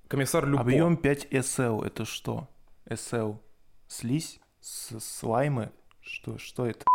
Комиссар Люпо. Объем 5 SL. Это что? SL. Слизь? Слаймы? Что это?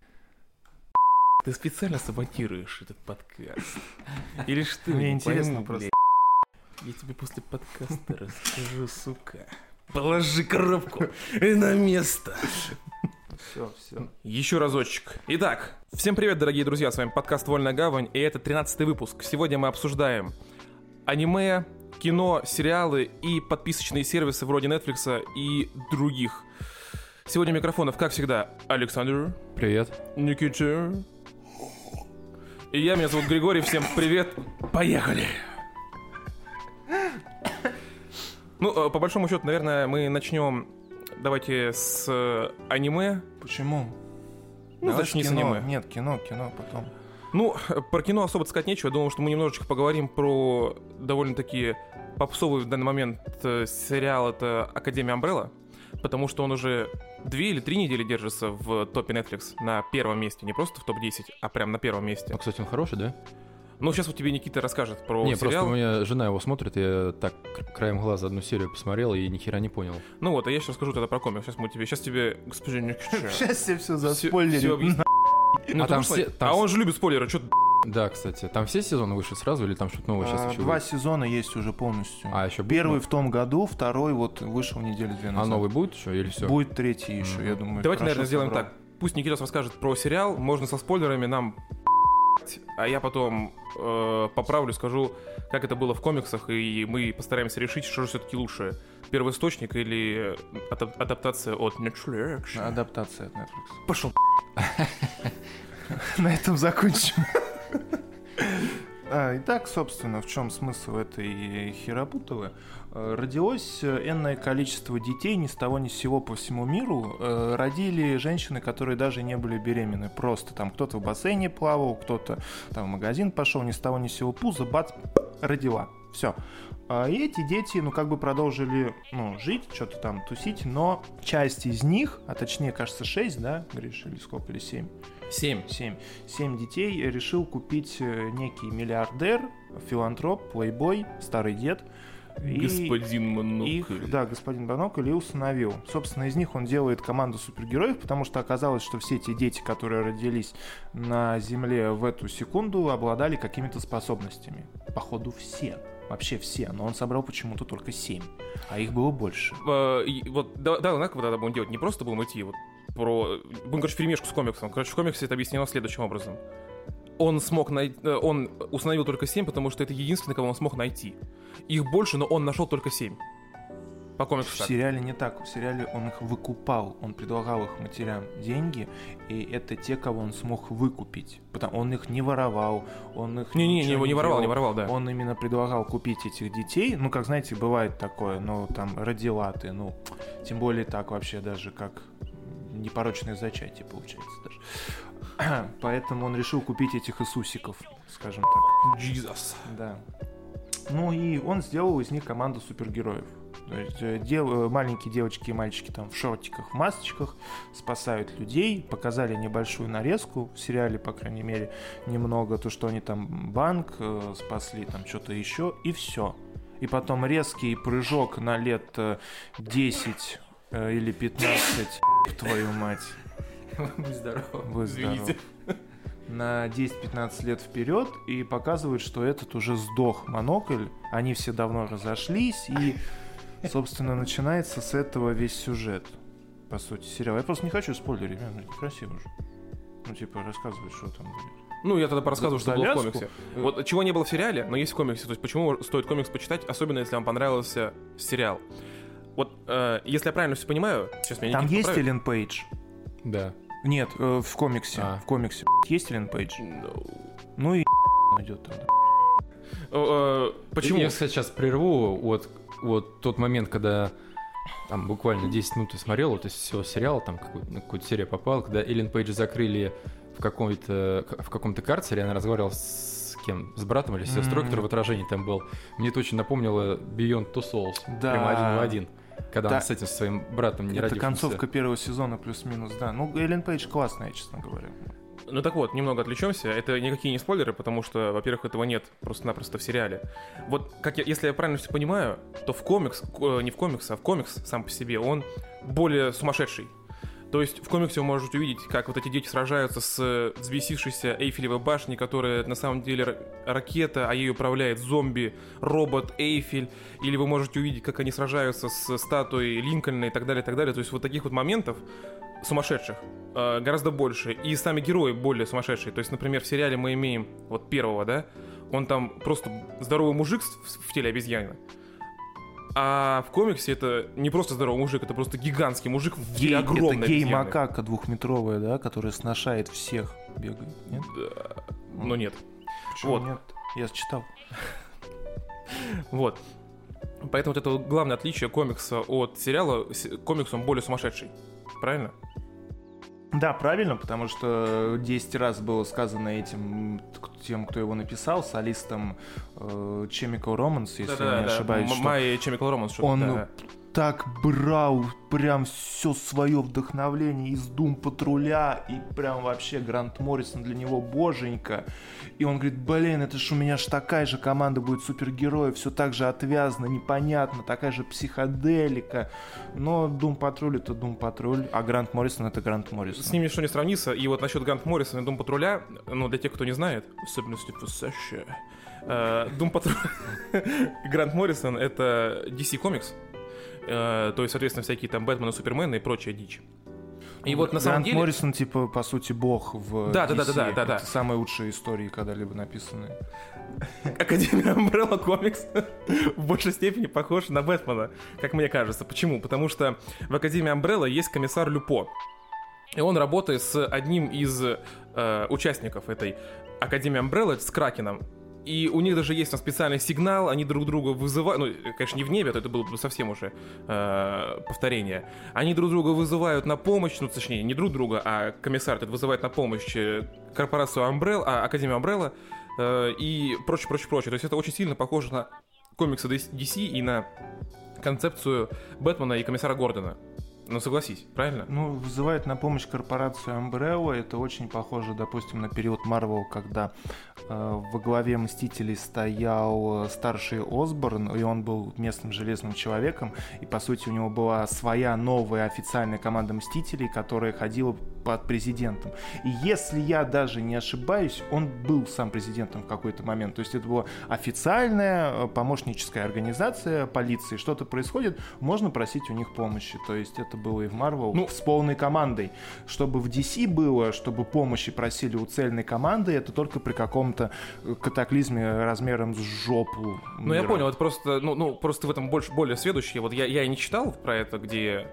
Ты специально саботируешь этот подкаст? Или что? Мне Не интересно пойму, просто. блядь. Я тебе после подкаста расскажу, сука. Положи коробку на место. Все. Еще разочек. Итак, всем привет, дорогие друзья, с вами подкаст «Вольная гавань», и это 13-й выпуск. Сегодня мы обсуждаем аниме, кино, сериалы и подписочные сервисы вроде Netflix и других. Сегодня микрофонов, как всегда, Александр. Привет. Никита. И меня зовут Григорий, всем привет. Поехали! Ну, по большому счету, наверное, мы начнем, давайте, с аниме. Почему? Ну, Давай начни с кино. аниме. Нет, кино потом. Ну, про кино особо сказать нечего. Я думал, что мы немножечко поговорим про довольно-таки попсовый в данный момент сериал. Это «Академия Амбрелла», потому что он уже 2 или 3 недели держится в топе Netflix на первом месте. Не просто в топ-10, а прям на первом месте. Ну, кстати, он хороший, да? Ну, сейчас вот тебе Никита расскажет про Не, сериал. просто у меня жена его смотрит, я так краем глаза одну серию посмотрел и ни хера не понял. Ну вот, а я сейчас расскажу тогда про комикс. Сейчас тебе, господин Никита. Сейчас тебе все Всё заспойлерю. объясню. Ну, А там потому что- все- там а с- он же любит спойлеры, что ты... Да, кстати, там все сезоны вышли сразу или там что-то новое сейчас еще 2 будет? сезона есть уже полностью. А, еще будет Первый новый? в том году, второй вот вышел недели 2 А назад. новый будет еще или все? Будет третий еще, я думаю. Давайте, хорошо наверное, сделаем собрал. так. Пусть Никитос расскажет про сериал, можно со спойлерами нам а я потом поправлю, скажу, как это было в комиксах, и мы постараемся решить, что же все-таки лучше. Первоисточник или адаптация от Netflix? Адаптация от Netflix. Пошел. На этом закончим. Итак, собственно, в чем смысл этой херабутовы? Родилось энное количество детей ни с того ни с сего по всему миру. Родили женщины, которые даже не были беременны. Просто там кто-то в бассейне плавал, кто-то там в магазин пошел, ни с того ни с сего пузо, бац, родила. Все. И эти дети, продолжили, жить, что-то там тусить, но часть из них, а точнее, кажется, 6, да, Гриш, или сколько, или 7? 7. 7 детей решил купить некий миллиардер, филантроп, плейбой, старый дед. Господин Монокль. Господин Монокль, и установил. Собственно, из них он делает команду супергероев, потому что оказалось, что все те дети, которые родились на Земле в эту секунду, обладали какими-то способностями. Походу, все. Вообще все, но он собрал почему-то только 7, а их было больше. Вот, да, знаешь, как тогда будем делать? Не просто будем идти будем, вперемешку с комиксом. В комиксе это объяснено следующим образом. Он установил только 7, потому что это единственный, кого он смог найти. Их больше, но он нашел только 7. По комиксу В так. сериале не так. В сериале он их выкупал, он предлагал их матерям деньги, и это те, кого он смог выкупить. Он их не воровал, он их Не делал. воровал, да. Он именно предлагал купить этих детей. Как знаете, бывает такое, там родила ты, тем более так вообще даже как непорочное зачатие получается даже. Поэтому он решил купить этих Иисусиков, скажем так. Jesus. Да. И он сделал из них команду супергероев. То есть маленькие девочки и мальчики там в шортиках, в масочках спасают людей. Показали небольшую нарезку в сериале, по крайней мере, немного. То, что они там банк спасли, там что-то еще, и все. И потом резкий прыжок на лет 10 или 15, твою мать. Будь здоров. Будь здоров. Извините. На 10-15 лет вперед и показывают, что этот уже сдох Монокль, они все давно разошлись, и, собственно, начинается с этого весь сюжет, по сути, сериала. Я просто не хочу спойлерить, некрасиво же. Рассказывать, что там будет. Я тогда порассказываю, что было в Завязку? комиксе. Вот чего не было в сериале, но есть в комиксе. То есть почему стоит комикс почитать, особенно если вам понравился сериал. Вот, если я правильно все понимаю, сейчас меня Там Никита есть поправит. Эллен Пейдж? Да. Нет, в комиксе. А. В комиксе есть Эллен Пейдж? No. И найдет тогда. Почему? Я, кстати, сейчас прерву вот тот момент, когда там буквально 10 минут я смотрел вот из всего сериала, там какую-то серию попал, когда Эллен Пейдж закрыли в каком-то карцере, она разговаривала с кем? С братом или с сестрой, который в отражении там был. Мне это очень напомнило Beyond Two Souls. Да. Прямо один в один. Когда Да. он с этим своим братом не Это родившимся. концовка первого сезона плюс-минус, да. Эллен Пейдж классная, честно говоря. Ну так вот, немного отвлечемся. Это никакие не спойлеры, потому что, во-первых, этого нет просто-напросто в сериале. Вот, если я правильно все понимаю, то в комикс сам по себе, он более сумасшедший. То есть в комиксе вы можете увидеть, как вот эти дети сражаются с взбесившейся Эйфелевой башней, которая на самом деле ракета, а ею управляет зомби-робот Эйфель. Или вы можете увидеть, как они сражаются с статуей Линкольна и так далее, и так далее. То есть вот таких вот моментов сумасшедших гораздо больше. И сами герои более сумасшедшие. То есть, например, в сериале мы имеем вот первого, да, он там просто здоровый мужик в теле обезьяны. А в комиксе это не просто здоровый мужик, это просто гигантский мужик в теле огромной это обезьяны. гей-макака двухметровая, да, которая сношает всех, бегает, нет? Да. Но нет. Почему Вот. нет? Я читал. Вот. Поэтому вот это главное отличие комикса от сериала. Комикс, он более сумасшедший. Правильно? Да, правильно, потому что 10 раз было сказано этим тем, кто его написал, солистом Chemical Romance, если я не ошибаюсь. My Chemical Romance. Он так брал прям все свое вдохновление из Doom Патруля, и прям вообще Грант Моррисон для него боженька. И он говорит, блин, это ж у меня ж такая же команда будет супергероев, все так же отвязно, непонятно, такая же психоделика. Но Doom Патруль это Doom Патруль, а Грант Моррисон это Грант Моррисон. С ним ничто не сравнится. И вот насчет Грант Моррисона и Doom Патруля, ну, для тех, кто не знает, в особенности Саша, Doom Патруль Грант Моррисон это DC Comics. То есть, соответственно, всякие там Бэтмены, Супермены и прочая дичь. И вот на самом деле... Моррисон, типа, по сути, бог в да, DC. Да. Это самые лучшие истории, когда-либо написанные. Академия Umbrella комикс в большей степени похож на Бэтмена, как мне кажется. Почему? Потому что в Академии Umbrella есть комиссар Люпо. И он работает с одним из участников этой Академии Umbrella, с Кракеном. И у них даже есть там специальный сигнал, они друг друга вызывают, ну, конечно, не в небе, это было бы совсем уже повторение. Они друг друга вызывают на помощь, ну, точнее, не друг друга, а комиссар этот вызывает на помощь корпорацию Umbrella, Академию Umbrella и прочее. То есть это очень сильно похоже на комиксы DC и на концепцию Бэтмена и комиссара Гордона. Ну, согласись, правильно? Ну, вызывает на помощь корпорацию Umbrella. Это очень похоже, допустим, на период Marvel, когда во главе Мстителей стоял старший Осборн, и он был местным Железным Человеком, и, по сути, у него была своя новая официальная команда Мстителей, которая ходила под президентом. И если я даже не ошибаюсь, он был сам президентом в какой-то момент. То есть это была официальная помощническая организация полиции. Что-то происходит, можно просить у них помощи. То есть это было и в Marvel с полной командой. Чтобы в DC было, чтобы помощи просили у цельной команды, это только при каком-то катаклизме размером с жопу. Ну, я понял, это просто, просто в этом более сведущий. Вот я и не читал про это, где...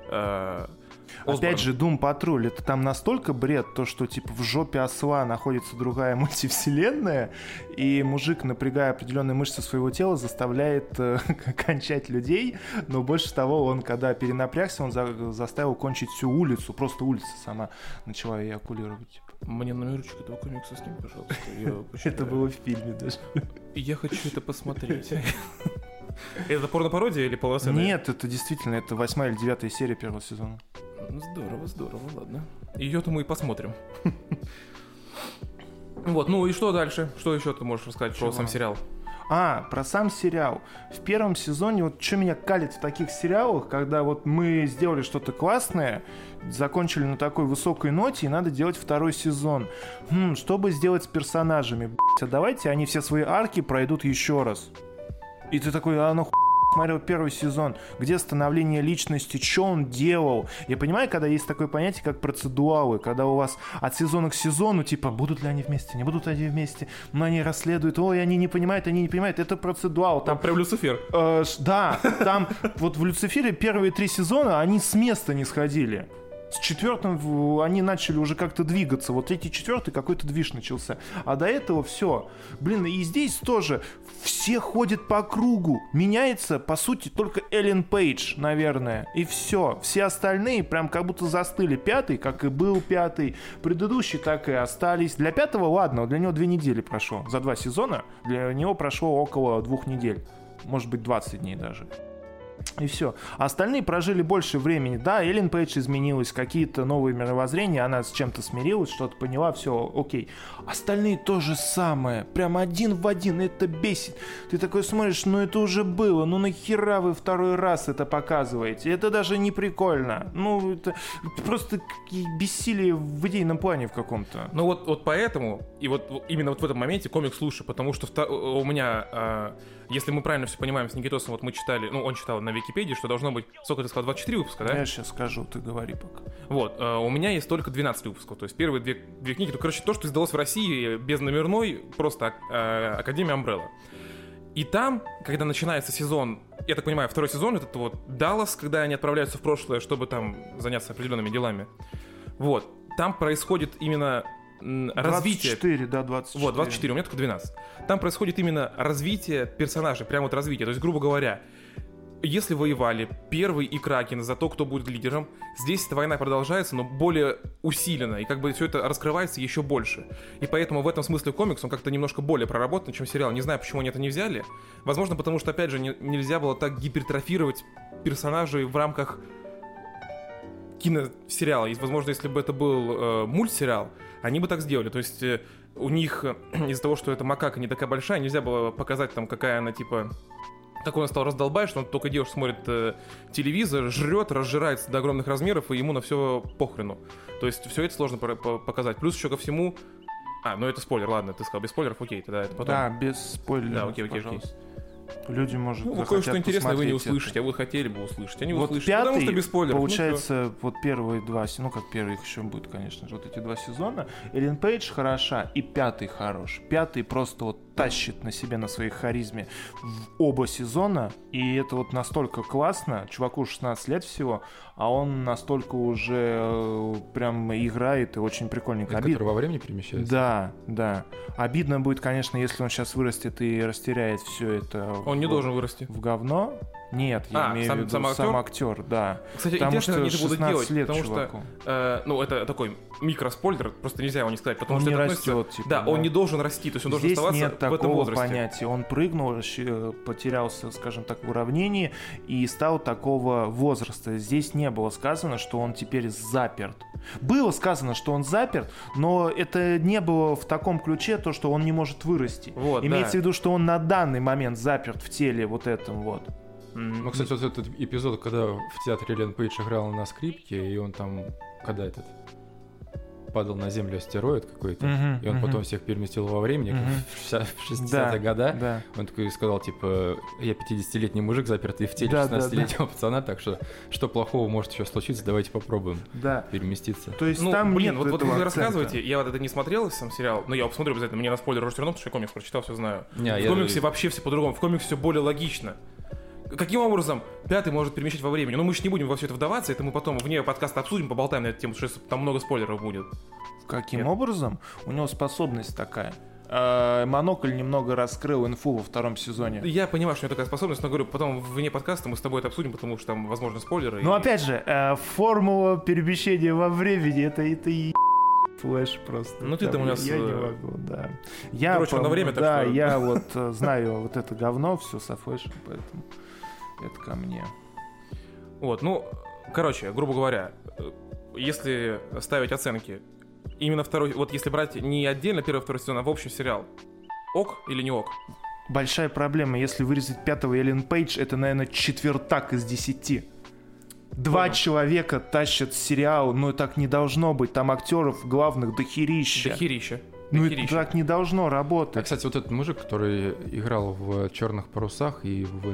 Опять же, Doom Patrol, это там настолько бред, то, что типа в жопе осла находится другая мультивселенная, и мужик, напрягая определенные мышцы своего тела, заставляет кончать людей, но больше того, он, когда перенапрягся, он заставил кончить всю улицу, просто улица сама начала эякулировать. Типа. Мне номерочек этого комикса скинь, пожалуйста. Это было в фильме даже. Я хочу это посмотреть. Это порно-пародия или полноценная? Нет, это действительно, это 8-я или 9-я серия первого сезона. Здорово, ладно. Ее-то мы и посмотрим. Вот, ну и что дальше? Что еще ты можешь рассказать про сам сериал? Про сам сериал. В первом сезоне, вот что меня калит в таких сериалах, когда вот мы сделали что-то классное, закончили на такой высокой ноте, и надо делать второй сезон. Что бы сделать с персонажами? А давайте они все свои арки пройдут еще раз. И ты такой, смотрел первый сезон, где становление личности, что он делал. Я понимаю, когда есть такое понятие, как процедуалы, когда у вас от сезона к сезону, типа, будут ли они вместе, не будут ли они вместе, но они расследуют, они не понимают, это процедуал. Там прям Люцифер. Да, там вот в Люцифере первые 3 сезона, они с места не сходили. С 4-м они начали уже как-то двигаться. Вот 3-4 какой-то движ начался. А до этого все. Блин, и здесь тоже все ходят по кругу. Меняется, по сути, только Эллен Пейдж, наверное. И все. Все остальные прям как будто застыли. 5-й, как и был 5-й. Предыдущие так и остались. Для 5-го, ладно, для него 2 недели прошло. За 2 сезона для него прошло около 2 недель. Может быть, 20 дней даже. И все. А остальные прожили больше времени. Да, Эллен Пейдж изменилась, какие-то новые мировоззрения, она с чем-то смирилась, что-то поняла, все, окей. Остальные то же самое, прям один в один, это бесит. Ты такой смотришь, ну это уже было, ну нахера вы второй раз это показываете? Это даже не прикольно. Ну, это просто бессилие в идейном плане в каком-то. Ну вот поэтому, и вот именно вот в этом моменте комикс лучше, потому что у меня... Если мы правильно все понимаем с Никитосом, вот мы читали, ну, он читал на Википедии, что должно быть, сколько ты сказал, 24 выпуска, да? Я сейчас скажу, ты говори пока. Вот, у меня есть только 12 выпусков, то есть первые две книги, короче, то, что издалось в России без номерной, просто Академия Амбрелла. И там, когда начинается сезон, я так понимаю, второй сезон, это вот Даллас, когда они отправляются в прошлое, чтобы там заняться определенными делами, вот, там происходит именно... развитие... 24, да, 24. Вот, 24, у меня только 12. Там происходит именно развитие персонажей, прям вот развитие. То есть, грубо говоря, если воевали Первый и Кракен за то, кто будет лидером, здесь эта война продолжается, но более усиленно, и как бы все это раскрывается еще больше. И поэтому в этом смысле комикс, он как-то немножко более проработан, чем сериал. Не знаю, почему они это не взяли. Возможно, потому что, опять же, нельзя было так гипертрофировать персонажей в рамках киносериала. И, возможно, если бы это был мультсериал, они бы так сделали. То есть у них из-за того, что эта макака не такая большая, нельзя было показать там, какая она, типа... Какой он стал раздолбай, что он только девушка смотрит телевизор, жрет, разжирается до огромных размеров, и ему на все похрену. То есть все это сложно показать. Плюс еще ко всему... ну это спойлер, ладно, ты сказал без спойлеров, окей, тогда это потом. Да, без спойлеров, да, окей. Люди, может, ну, кое-что интересное вы не услышите, а вы хотели бы услышать. Они вот услышат, пятый, потому что без спойлеров. Получается, вот первые два, ну как первые, их еще будет, конечно же, вот эти два сезона. Эллен Пейдж хороша, и пятый хорош. Пятый просто вот тащит на себе, на своей харизме в оба сезона, и это вот настолько классно. Чуваку 16 лет всего, а он настолько уже прям играет, и очень прикольненько. Который во времени перемещается? Да. Обидно будет, конечно, если он сейчас вырастет и растеряет все это. Он не должен вырасти. В говно? Нет, я имею в виду сам актер, да. Кстати, потому интересно, что они это будут делать, лет потому чуваку. что, ну, это такой микроспойлер, просто нельзя его не сказать, потому он что не это растет, типа, да, он не должен расти, то есть он здесь должен оставаться нет в этом такого возрасте. понятия. Он прыгнул, потерялся, скажем так, в уравнении и стал такого возраста. Здесь не было сказано, что он теперь заперт. Было сказано, что он заперт, но это не было в таком ключе, то, что он не может вырасти. Вот, имеется в виду, что он на данный момент заперт в теле вот этом вот. Ну, кстати, вот этот эпизод, когда в театре Эллен Пейдж играла на скрипке, и он там, когда падал на землю астероид какой-то, и он потом всех переместил во времени, в 60-е года, он такой сказал, типа, я 50-летний мужик, запертый в теле 16-летнего пацана, так что плохого может еще случиться, давайте попробуем переместиться. То есть там нет вот вы рассказываете, я вот это не смотрел, сам сериал, но я посмотрю обязательно, мне на спойлер уже все равно, потому что я комикс прочитал, все знаю. В комиксе вообще все по-другому, в комиксе все более логично. Каким образом пятый может перемещать во времени? Ну, мы же не будем во все это вдаваться, это мы потом вне подкаста обсудим, поболтаем на эту тему, потому что там много спойлеров будет. Каким образом? У него способность такая. Монокль немного раскрыл инфу во втором сезоне. Я понимаю, что у него такая способность, но говорю, потом вне подкаста мы с тобой это обсудим, потому что там, возможно, спойлеры. Ну, опять же, формула перемещения во времени, это и флэш просто. Ну, ты там у нас... Я не могу, да. Короче, на время, да, так что... я вот знаю вот это говно, все со флэшем, поэтому это ко мне. Вот, ну, короче, грубо говоря, если ставить оценки, именно второй, вот если брать не отдельно первый и второй сезон, а в общем сериал, ок или не ок? Большая проблема, если вырезать пятого Эллен Пейдж, это, наверное, 4 из 10. Два человека тащат сериал, но так не должно быть, там актеров главных дохерища. Ну это так не должно работать. А, кстати, вот этот мужик, который играл в «Черных парусах» и в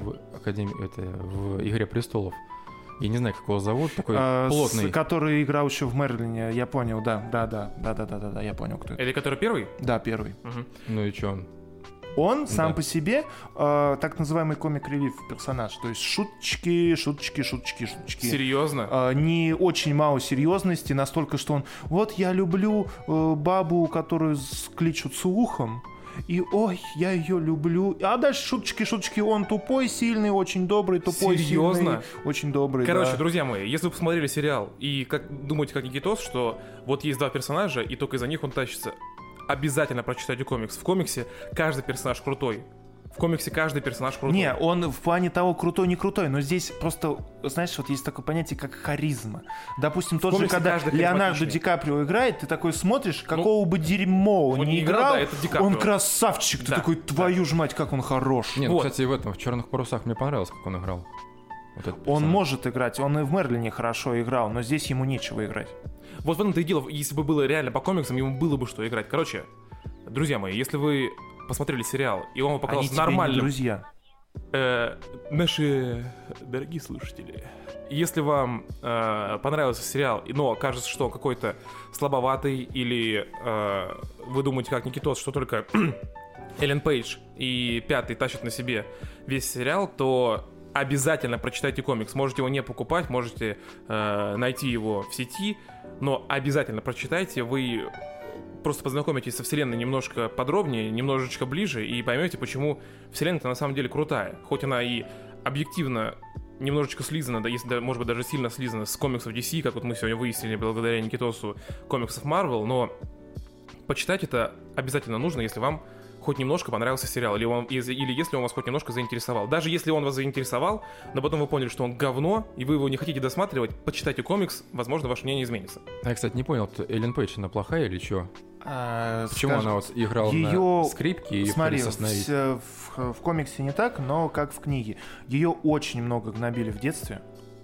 «Игре престолов», я не знаю, как его зовут, такой плотный. Который играл еще в Мерлине, я понял, да, я понял, кто это. Или который первый? Да, первый. Ну и что он? Он сам по себе так называемый комик-релив персонаж, то есть шуточки. Серьезно? Не очень мало серьезности, настолько, что он, вот я люблю бабу, которую кличут слухом, и ой, я ее люблю. А дальше шуточки, он тупой, сильный, очень добрый, тупой, серьезно? Сильный, очень добрый. Короче, да. Друзья мои, если вы посмотрели сериал и думаете, как Никитос, что вот есть два персонажа, и только из-за них он тащится, обязательно прочитайте комикс. В комиксе каждый персонаж крутой. В комиксе каждый персонаж крутой. Не, он в плане того, крутой, не крутой, но здесь просто, знаешь, вот есть такое понятие, как харизма. Допустим, тот же, комиксе когда каждый Леонардо харизматичный. Ди Каприо играет, ты такой смотришь, какого бы дерьмо он не играл, да, это Ди Каприо. он красавчик, ты Да, такой, твою ж мать, как он хорош. Не, ну, Вот. кстати, в этом, в «Черных парусах» мне понравилось, как он играл. Вот этот Он персонаж. может играть, он и в Мерлине хорошо играл, но здесь ему нечего играть. Вот в этом-то и дело, если бы было реально по комиксам, ему было бы что играть. Короче, друзья мои, если вы посмотрели сериал, и он вам Они показался тебе не нормальным... друзья. Наши дорогие слушатели, если вам понравился сериал, но кажется, что он какой-то слабоватый, или вы думаете, как Никитос, что только Эллен Пейдж и Пятый тащат на себе весь сериал, то обязательно прочитайте комикс. Можете его не покупать, можете найти его в сети, но обязательно прочитайте, вы просто познакомитесь со вселенной немножко подробнее, немножечко ближе, и поймете, почему вселенная-то на самом деле крутая. Хоть она и объективно немножечко слизана, да, если, может быть, даже сильно слизана с комиксов DC, как вот мы сегодня выяснили благодаря Никитосу комиксов Marvel, но почитать это обязательно нужно, если вам хоть немножко понравился сериал, или если он вас хоть немножко заинтересовал. Даже если он вас заинтересовал, но потом вы поняли, что он говно, и вы его не хотите досматривать, почитайте комикс, возможно, ваше мнение изменится. А я, кстати, не понял, Эллен Пейдж, она плохая или что? Почему Скажем, она вот играла её- на скрипке и Смотри, пытались остановить? в комиксе не так, но как в книге. Ее очень много гнобили в детстве.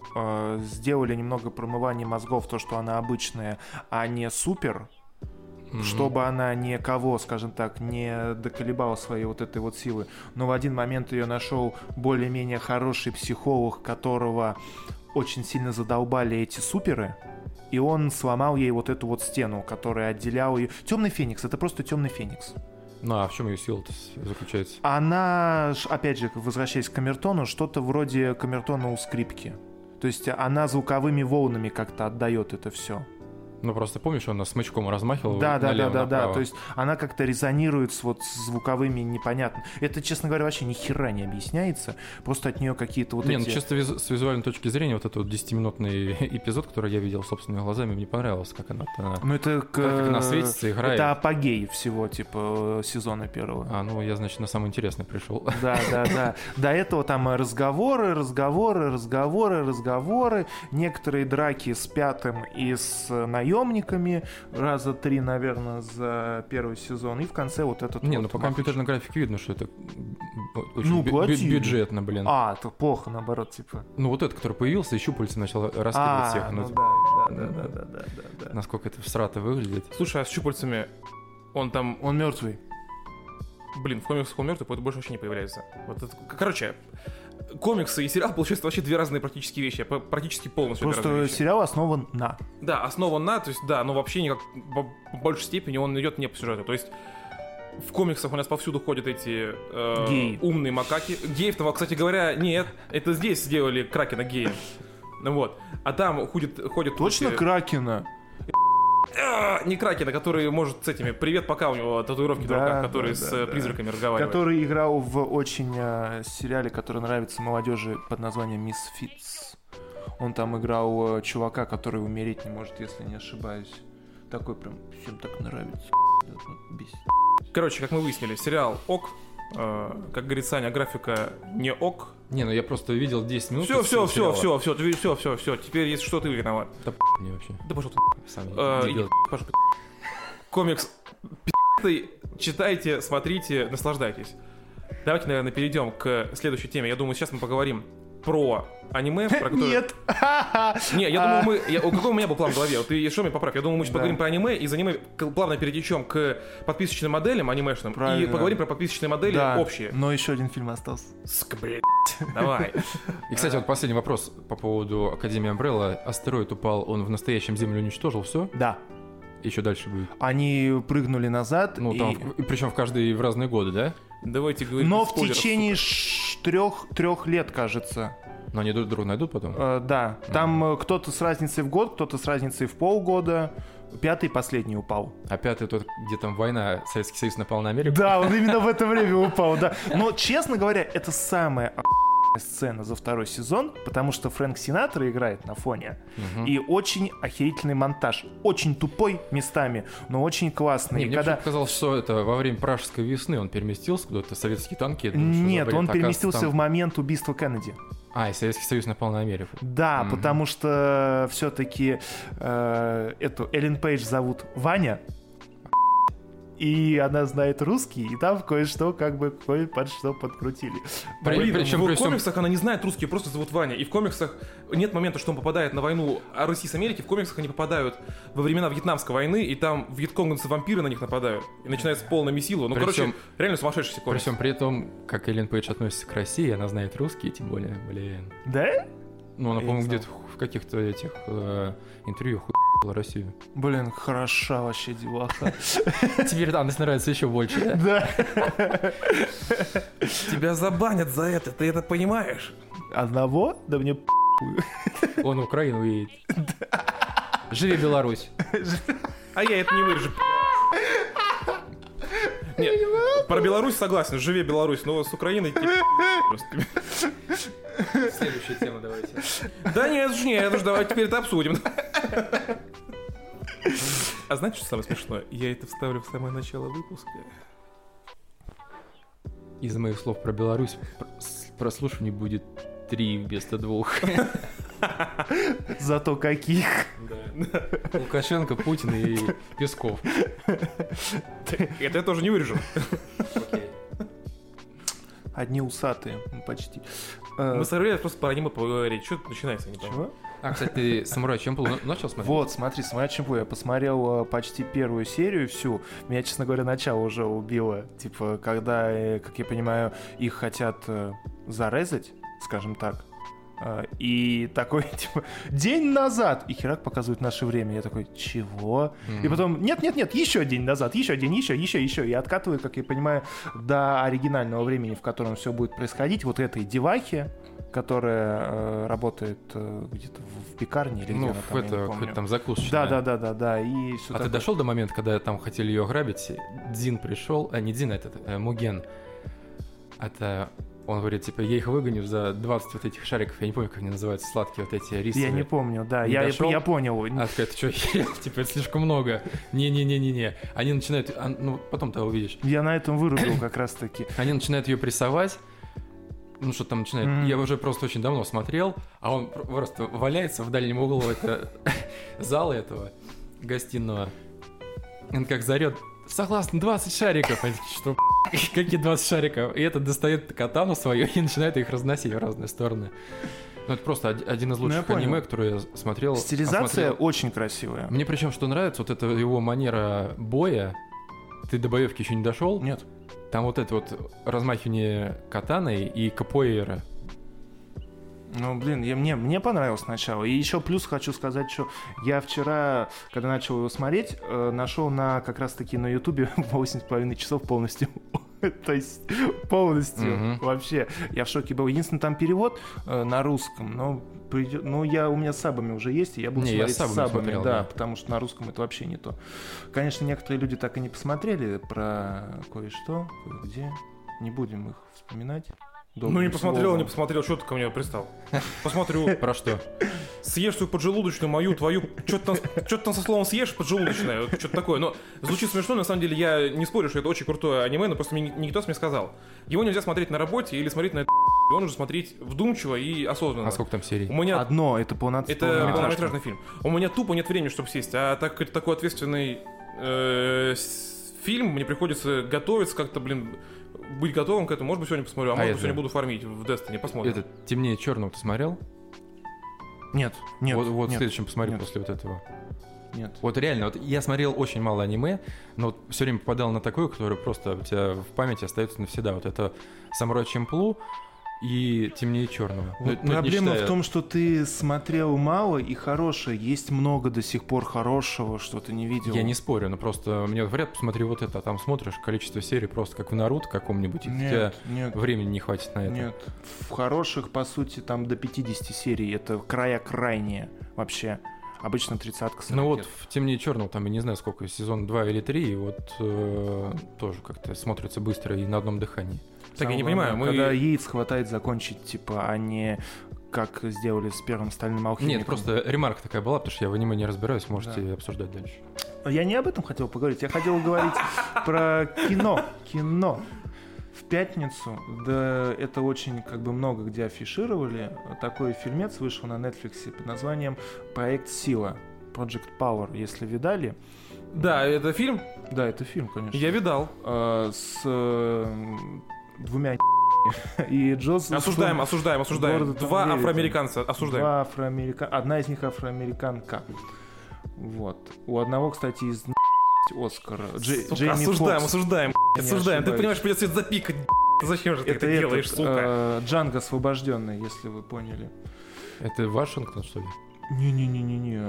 Сделали немного промывания мозгов, то, что она обычная, а не супер, чтобы она никого, скажем так, не доколебала своей вот этой вот силы. Но в один момент ее нашел более-менее хороший психолог, которого очень сильно задолбали эти суперы, и он сломал ей вот эту вот стену, которая отделяла ее. Темный Феникс, это просто Темный Феникс. Ну, а в чем ее сила-то заключается? Она, опять же, возвращаясь к камертону, что-то вроде камертона у скрипки. То есть она звуковыми волнами как-то отдает это все. Ну, просто помнишь, он смычком размахивал Да. налево-направо? То есть она как-то резонирует с вот звуковыми непонятно. Это, честно говоря, вообще ни хера не объясняется. Просто от нее какие-то вот Не, эти... ну чисто с визуальной точки зрения, вот этот вот 10-минутный эпизод, который я видел собственными глазами, мне понравился, как она... Ну это как она светится, играет. Это апогей всего, типа, сезона первого. А, ну я, значит, на самое интересное пришел. Да. До этого там разговоры. Некоторые драки с Пятым и с наемниками. Раза 3, наверное, за первый сезон. И в конце вот этот Не, вот ну по махач. компьютерной графике видно, что это очень Ну, платили. бюджетно, блин. Это плохо, наоборот, типа. Ну вот этот, который появился, и щупальца начал раскидывать всех. Ну Ну, да. насколько это всрато выглядит. Слушай, а с щупальцами он там... Он мертвый. Блин, в комиксах он мертвый, поэтому больше вообще не появляется. Вот это... Короче, комиксы и сериал, получается, вообще две разные практически вещи. Практически полностью две разные Просто вещи. сериал основан на. Да, основан на, то есть, да, но вообще никак, по большей степени он идет не по сюжету. То есть в комиксах у нас повсюду ходят эти Геи. умные макаки. Геев-то, кстати говоря, нет. Это здесь сделали Кракена геем. Ну вот. А там ходят Точно эти- Кракена? Не Кракена, который может с этими... Привет, пока у него татуировки Да, на руках, да, который да, с да. призраками разговаривает. Который играл в очень сериале, который нравится молодежи под названием Misfits. Он там играл чувака, который умереть не может, если не ошибаюсь. Такой прям всем так нравится. Бесит. Короче, как мы выяснили, сериал ок. Как говорит Саня, графика не ок. Не, ну я просто видел 10 минут. Все, из всего сериала. все. Теперь, если что, ты виноват. Да мне вообще. Да пошел ты. Сам Иди, пошел ты. Комикс пи***ый. Читайте, смотрите, наслаждайтесь. Давайте, наверное, перейдем к следующей теме. Я думаю, сейчас мы поговорим про аниме, про которое... Нет! Не, я думаю, какой у меня был план в голове? Вот ты что мне поправь? Я думаю, мы сейчас Да. поговорим про аниме, и из аниме плавно перетечем к подписочным моделям анимешным, и Правильно. поговорим про подписочные модели Да, общие. но еще один фильм остался. Блядь. Давай. И, кстати, вот последний вопрос по поводу Академии Амбрелла. Астероид упал, он в настоящем Землю уничтожил, все? Да. Еще дальше будет. Они прыгнули назад, Ну, там, причем в каждый в разные годы, да? Давайте говорить но без в спойлеров, течение сука. 3 лет, кажется. Но они друг друга найдут потом? Да. Там кто-то с разницей в год, кто-то с разницей в полгода. 5-й последний упал. А пятый тот, где там война, Советский Союз напал на Америку? Да, он именно в это время упал, да. Но, честно говоря, это самое сцена за второй сезон, потому что Фрэнк Синатра играет на фоне. Мгм. И очень охерительный монтаж. Очень тупой местами, но очень классный. Не, мне Когда... почему-то казалось, что это во время Пражской весны он переместился куда-то, советские танки. Я думаю, что Нет, забред. он Оказывается, переместился там- в момент убийства Кеннеди. А, и Советский Союз напал на Америку. Да, Мгм. потому что все-таки эту Эллен Пейдж зовут Ваня, и она знает русский, и там кое-что как бы кое-под что подкрутили. Причем в при всем- комиксах она не знает русский, просто зовут Ваня. И в комиксах нет момента, что он попадает на войну России с Америки. В комиксах они попадают во времена Вьетнамской войны, и там вьетконгцы-вампиры на них нападают. И начинается полное месило. Ну, короче, Причем- реально сумасшедший При комикс. всем при том, как Эллен Пейдж относится к России, она знает русский, тем более, блин. Да? Ну, она, Я по-моему, не где-то в каких-то этих интервью хуй Россию. Блин, хороша вообще деваха. Теперь она нравится еще больше, да? Да. Тебя забанят за это, ты это понимаешь? Одного? Да мне Он в Украину едет. Живи Беларусь. А я это не вырежу. Нет, про Беларусь согласен, живи Беларусь, но с Украиной просто. Следующая тема давайте. Да нет, уж нет, уж давай теперь это обсудим. А знаете, что самое смешное? Я это вставлю в самое начало выпуска. Из моих слов про Беларусь прослушиваний будет 3 вместо 2. Зато каких. Лукашенко, Путин и Песков. Это я тоже не вырежу. Одни усатые, почти. Мы собрались просто про аниме поговорить. Что тут начинается? Я не понимаю. Чего? А, кстати, ты «Самурай Чэмплу» начал смотреть? Вот, смотри, «Самурай Чэмплу» я посмотрел почти первую серию всю. Меня, честно говоря, начало уже убило. Типа, когда, как я понимаю, их хотят зарезать, скажем так. И такой, типа, день назад. И херак показывает наше время. Я такой, чего? И потом, нет, еще день назад, еще день, еще. И откатываю, как я понимаю, до оригинального времени, в котором все будет происходить. Вот этой девахи, которая работает где-то в пекарне или где Ну, она там, я не это, помню. хоть там закусочная. Да. И все А ты дошел до момента, когда там хотели ее ограбить? Дзин пришел, не Дзин, а этот, Муген. Это он говорит, типа, я их выгоню за 20 вот этих шариков. Я не помню, как они называются, сладкие вот эти рисовые. Я не помню, да. Не дошел? Я понял. А такая, ты что, типа, это слишком много. Не-не-не-не-не. Они начинают, ну, потом ты увидишь. Я на этом вырубил как раз-таки. Они начинают ее прессовать. Ну, что там начинает. Я уже просто очень давно смотрел, а он просто валяется в дальнем углу зала этого гостиного. Он как заорет, согласно, 20 шариков. Они такие, что, какие 20 шариков? И этот достает катану свою и начинает их разносить в разные стороны. Ну, это просто один из лучших аниме, который я смотрел. Стилизация очень красивая. Мне причем, что нравится, вот эта его манера боя. Ты до боевки еще не дошел? Нет. Там вот это вот размахивание катаной и капоэйра. Ну, блин, мне понравилось сначала. И еще плюс хочу сказать, что я вчера, когда начал его смотреть, нашел как раз-таки на Ютубе 8,5 часов полностью. То есть полностью вообще. Я в шоке был. Единственное, там перевод на русском, но у меня с сабами уже есть, и я буду смотреть с сабами, смотрел, да, потому что на русском это вообще не то. Конечно, некоторые люди так и не посмотрели про кое-что, кое-где. Не будем их вспоминать. Ну, не посмотрел, что ты ко мне пристал? Посмотрю. Про что? Съешь свою поджелудочную, мою, твою, что-то там со словом съешь, поджелудочная, что-то такое. Но звучит смешно, на самом деле я не спорю, что это очень крутое аниме, но просто никто мне сказал. Его нельзя смотреть на работе или смотреть на его нужно смотреть вдумчиво и осознанно. А сколько там серий? У меня... Одно, это полнометражный фильм. У меня тупо нет времени, чтобы сесть, а так как это такой ответственный фильм, мне приходится готовиться как-то, быть готовым к этому. Может быть, сегодня посмотрю, а может быть, сегодня буду фармить в Destiny, посмотрим. Это «Темнее черного» ты смотрел? Нет. Вот в следующем посмотрю после вот этого. Нет. Вот реально, вот я смотрел очень мало аниме, но вот все время попадал на такое, которое просто у тебя в памяти остается навсегда. Вот это «Самурай Чэмплу» и «Темнее черного». Вот проблема в том, что ты смотрел мало и хорошее. Есть много до сих пор хорошего, что ты не видел. Я не спорю, но просто мне говорят, посмотри вот это, а там смотришь количество серий просто как в Наруто каком-нибудь, и у тебя времени не хватит на это. Нет, в хороших, по сути, там до 50 серий. Это крайние вообще. Обычно 30-ка. Ну вот в «Темнее черного» там, я не знаю сколько, сезон 2 или 3, и вот тоже как-то смотрится быстро и на одном дыхании. Так, я не понимаю, Когда Йейтс хватает закончить, типа, а не как сделали с первым стальным алхимиком. Нет, просто ремарка такая была, потому что я в аниме не разбираюсь, можете обсуждать дальше. Я не об этом хотел поговорить, я хотел говорить про кино. В пятницу, да, это очень как бы много где афишировали, такой фильмец вышел на Netflix под названием «Проект Сила», Project Power, если видали. Да, это фильм? Да, это фильм, конечно. Я видал. С двумя и Джозефом. Осуждаем. Два афроамериканца, осуждаем. Одна из них афроамериканка. Вот. У одного, кстати, из Оскар. Джейми Фокс. Осуждаем. Ты понимаешь, придется это запикать. Зачем же ты это делаешь, сука? Джанго освобожденный, если вы поняли. Это Вашингтон, что ли? Не-не-не-не-не.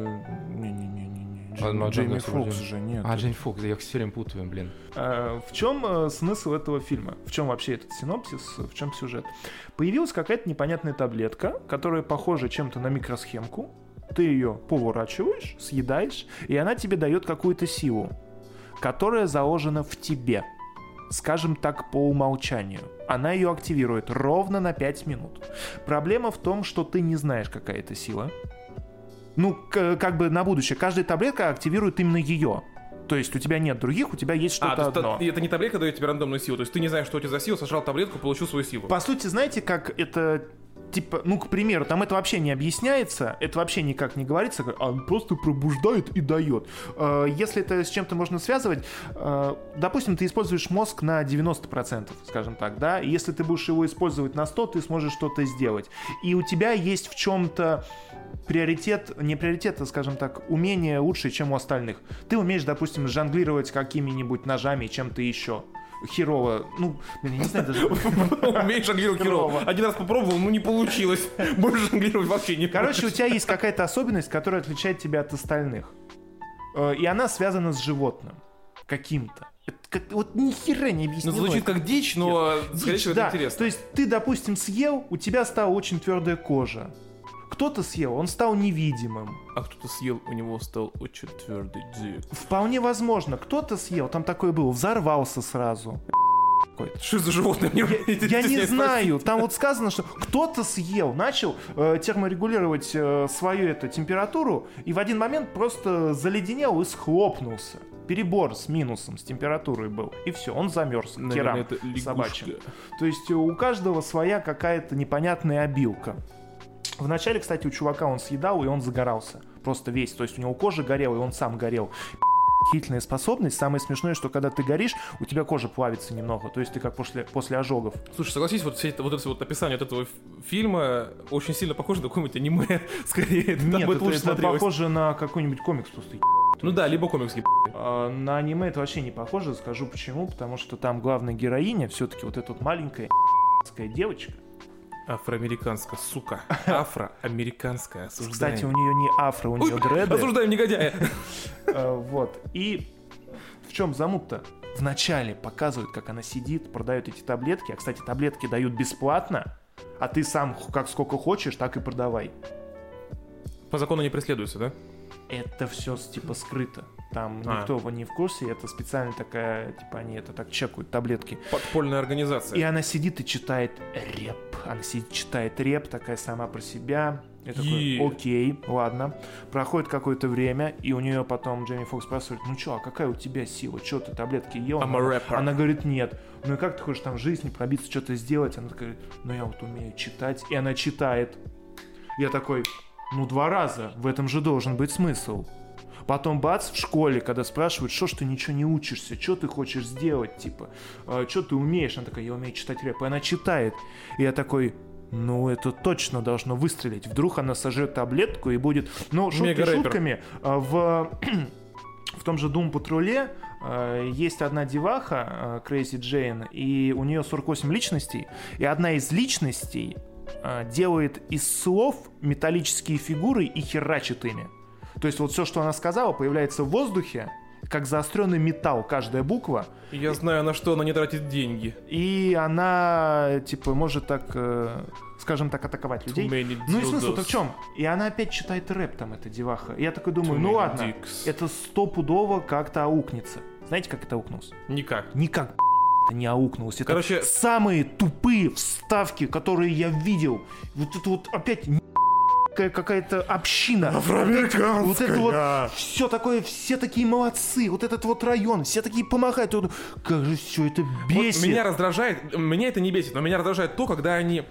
Джейми Фокс же, нет. Джейми Фокс, я их все время путаю, блин. В чем смысл этого фильма? В чем вообще этот синопсис? В чем сюжет? Появилась какая-то непонятная таблетка, которая похожа чем-то на микросхемку. Ты ее поворачиваешь, съедаешь, и она тебе дает какую-то силу, которая заложена в тебе. Скажем так, по умолчанию. Она ее активирует ровно на 5 минут. Проблема в том, что ты не знаешь, какая это сила. Ну, как бы на будущее. Каждая таблетка активирует именно ее. То есть у тебя нет других, у тебя есть что-то одно. Это не таблетка дает тебе рандомную силу. То есть ты не знаешь, что у тебя за сила, сожрал таблетку, получил свою силу. По сути, знаете, как это... Типа, ну, к примеру, там это вообще не объясняется, это вообще никак не говорится, а он просто пробуждает и дает. Если это с чем-то можно связывать, допустим, ты используешь мозг на 90%, скажем так, да, и если ты будешь его использовать на 100%, ты сможешь что-то сделать. И у тебя есть в чем-то не приоритет, а, скажем так, умение лучше, чем у остальных. Ты умеешь, допустим, жонглировать какими-нибудь ножами, чем-то еще. Херово. Ну, я не знаю даже. Умеешь жонглировать херово. Один раз попробовал, не получилось. Больше жонглировать вообще не получилось. Короче, у тебя есть какая-то особенность, которая отличает тебя от остальных. И она связана с животным. Каким-то. Вот ни хера не объяснено. Ну, звучит как дичь, но, скорее всего, это интересно. То есть ты, допустим, съел, у тебя стала очень твердая кожа. Кто-то съел, он стал невидимым. А кто-то съел, у него стал очень твердый дик. Вполне возможно. Кто-то съел, там такое было, взорвался сразу. Что за животное? Я не знаю. Там вот сказано, что кто-то съел, начал терморегулировать свою температуру, и в один момент просто заледенел и схлопнулся. Перебор с минусом, с температурой был. И все, он замерз. Керам собачьим. То есть у каждого своя какая-то непонятная обилка. Вначале, кстати, у чувака он съедал, и он загорался. Просто весь. То есть у него кожа горела, и он сам горел. Хитительная способность. Самое смешное, что когда ты горишь, у тебя кожа плавится немного. То есть ты как после ожогов. Слушай, согласись, вот это описание вот этого фильма очень сильно похоже на какое-нибудь аниме, скорее. Нет, это похоже на какой-нибудь комикс просто. Ну да, либо комикс. На аниме это вообще не похоже. Скажу почему. Потому что там главная героиня все-таки вот эта вот маленькая девочка. Афроамериканская, сука. Афроамериканская, осуждаем. Кстати, у нее не афро, у нее дреды. Осуждаем негодяя. Вот. И в чем замут-то? Вначале показывают, как она сидит, продают эти таблетки. А, кстати, таблетки дают бесплатно, а ты сам как сколько хочешь, так и продавай. По закону не преследуется, да? Это все типа скрыто. Там никто не в курсе, это специально такая, типа они это так чекают, таблетки. Подпольная организация. И она сидит и читает рэп. Она сидит, читает рэп, такая сама про себя. Я такой, окей, ладно. Проходит какое-то время, и у нее потом Джейми Фокс спрашивает, ну чё, а какая у тебя сила? Чё, ты таблетки ел? Она говорит, нет. Ну и как ты хочешь там в жизни пробиться, что-то сделать? Она такая, ну я вот умею читать. И она читает. Я такой, ну 2 раза, в этом же должен быть смысл. Потом бац, в школе, когда спрашивают, что ж ты ничего не учишься, что ты хочешь сделать, типа, что ты умеешь? Она такая, я умею читать рэп. И она читает. И я такой, ну это точно должно выстрелить. Вдруг она сожрет таблетку и будет... Ну, шутки шутками. В том же Doom Патруле есть одна деваха, Crazy Jane, и у нее 48 личностей. И одна из личностей делает из слов металлические фигуры и херачит ими. То есть вот все, что она сказала, появляется в воздухе, как заостренный металл, каждая буква. Я знаю, на что она не тратит деньги. И она, типа, может так, скажем так, атаковать людей. Ну и смысл-то в чем? И она опять читает рэп там, эта деваха. И я такой думаю, ну ладно, это стопудово как-то аукнется. Знаете, как это аукнулось? Никак. Никак. не аукнулось. Это Короче, самые тупые вставки, которые я видел. Вот это вот опять какая-то община. Афроамериканская. Вот это вот все такое, все такие молодцы. Вот этот вот район, все такие помогают. Вот, как же все это бесит. Вот меня раздражает, меня это не бесит, но меня раздражает то, когда они,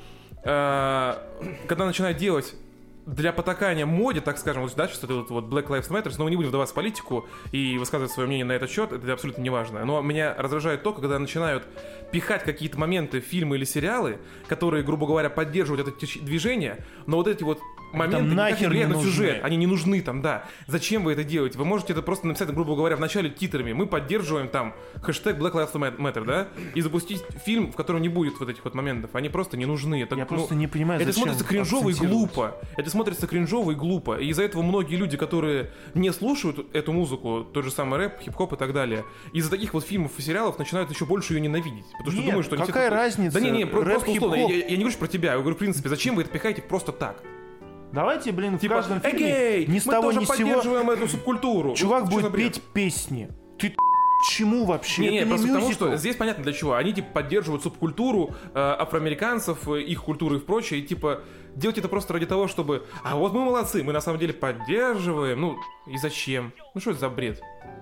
когда начинают делать для потакания моде, так скажем, вот, да, что это вот Black Lives Matter, но мы не будем вдаваться в политику и высказывать свое мнение на этот счет, это абсолютно не важно. Но меня раздражает то, когда начинают пихать какие-то моменты в фильмы или сериалы, которые, грубо говоря, поддерживают это движение, но вот эти вот моменты никак не влияют на сюжет, они не нужны там, да. Зачем вы это делаете? Вы можете это просто написать, грубо говоря, в начале титрами. Мы поддерживаем там хэштег Black Lives Matter, да, и запустить фильм, в котором не будет вот этих вот моментов. Они просто не нужны. Это, Я просто не понимаю, это зачем смотрится кринжово и глупо. Это смотрится кринжово и глупо. И из-за этого многие люди, которые не слушают эту музыку, тот же самый рэп, хип-хоп и так далее, из-за таких вот фильмов и сериалов начинают еще больше ее ненавидеть. Потому что думают, что они какая разница? Да не, Рэп, просто условно. хип-хоп. Я не говорю про тебя, я говорю, в принципе, зачем вы это пихаете просто так? Давайте, блин, в Типа, каждом фильме эгей, ни с мы того тоже ни с сего поддерживаем эту субкультуру. чувак Ну, что за будет бред? петь песни. Ты чему вообще? Не, Это просто потому мюзикл. что здесь понятно для чего. Они типа поддерживают субкультуру афроамериканцев, их культуру и прочее, и типа делать это просто ради того, чтобы... А вот мы молодцы, мы на самом деле поддерживаем. Ну, и зачем? Ну, что это за бред?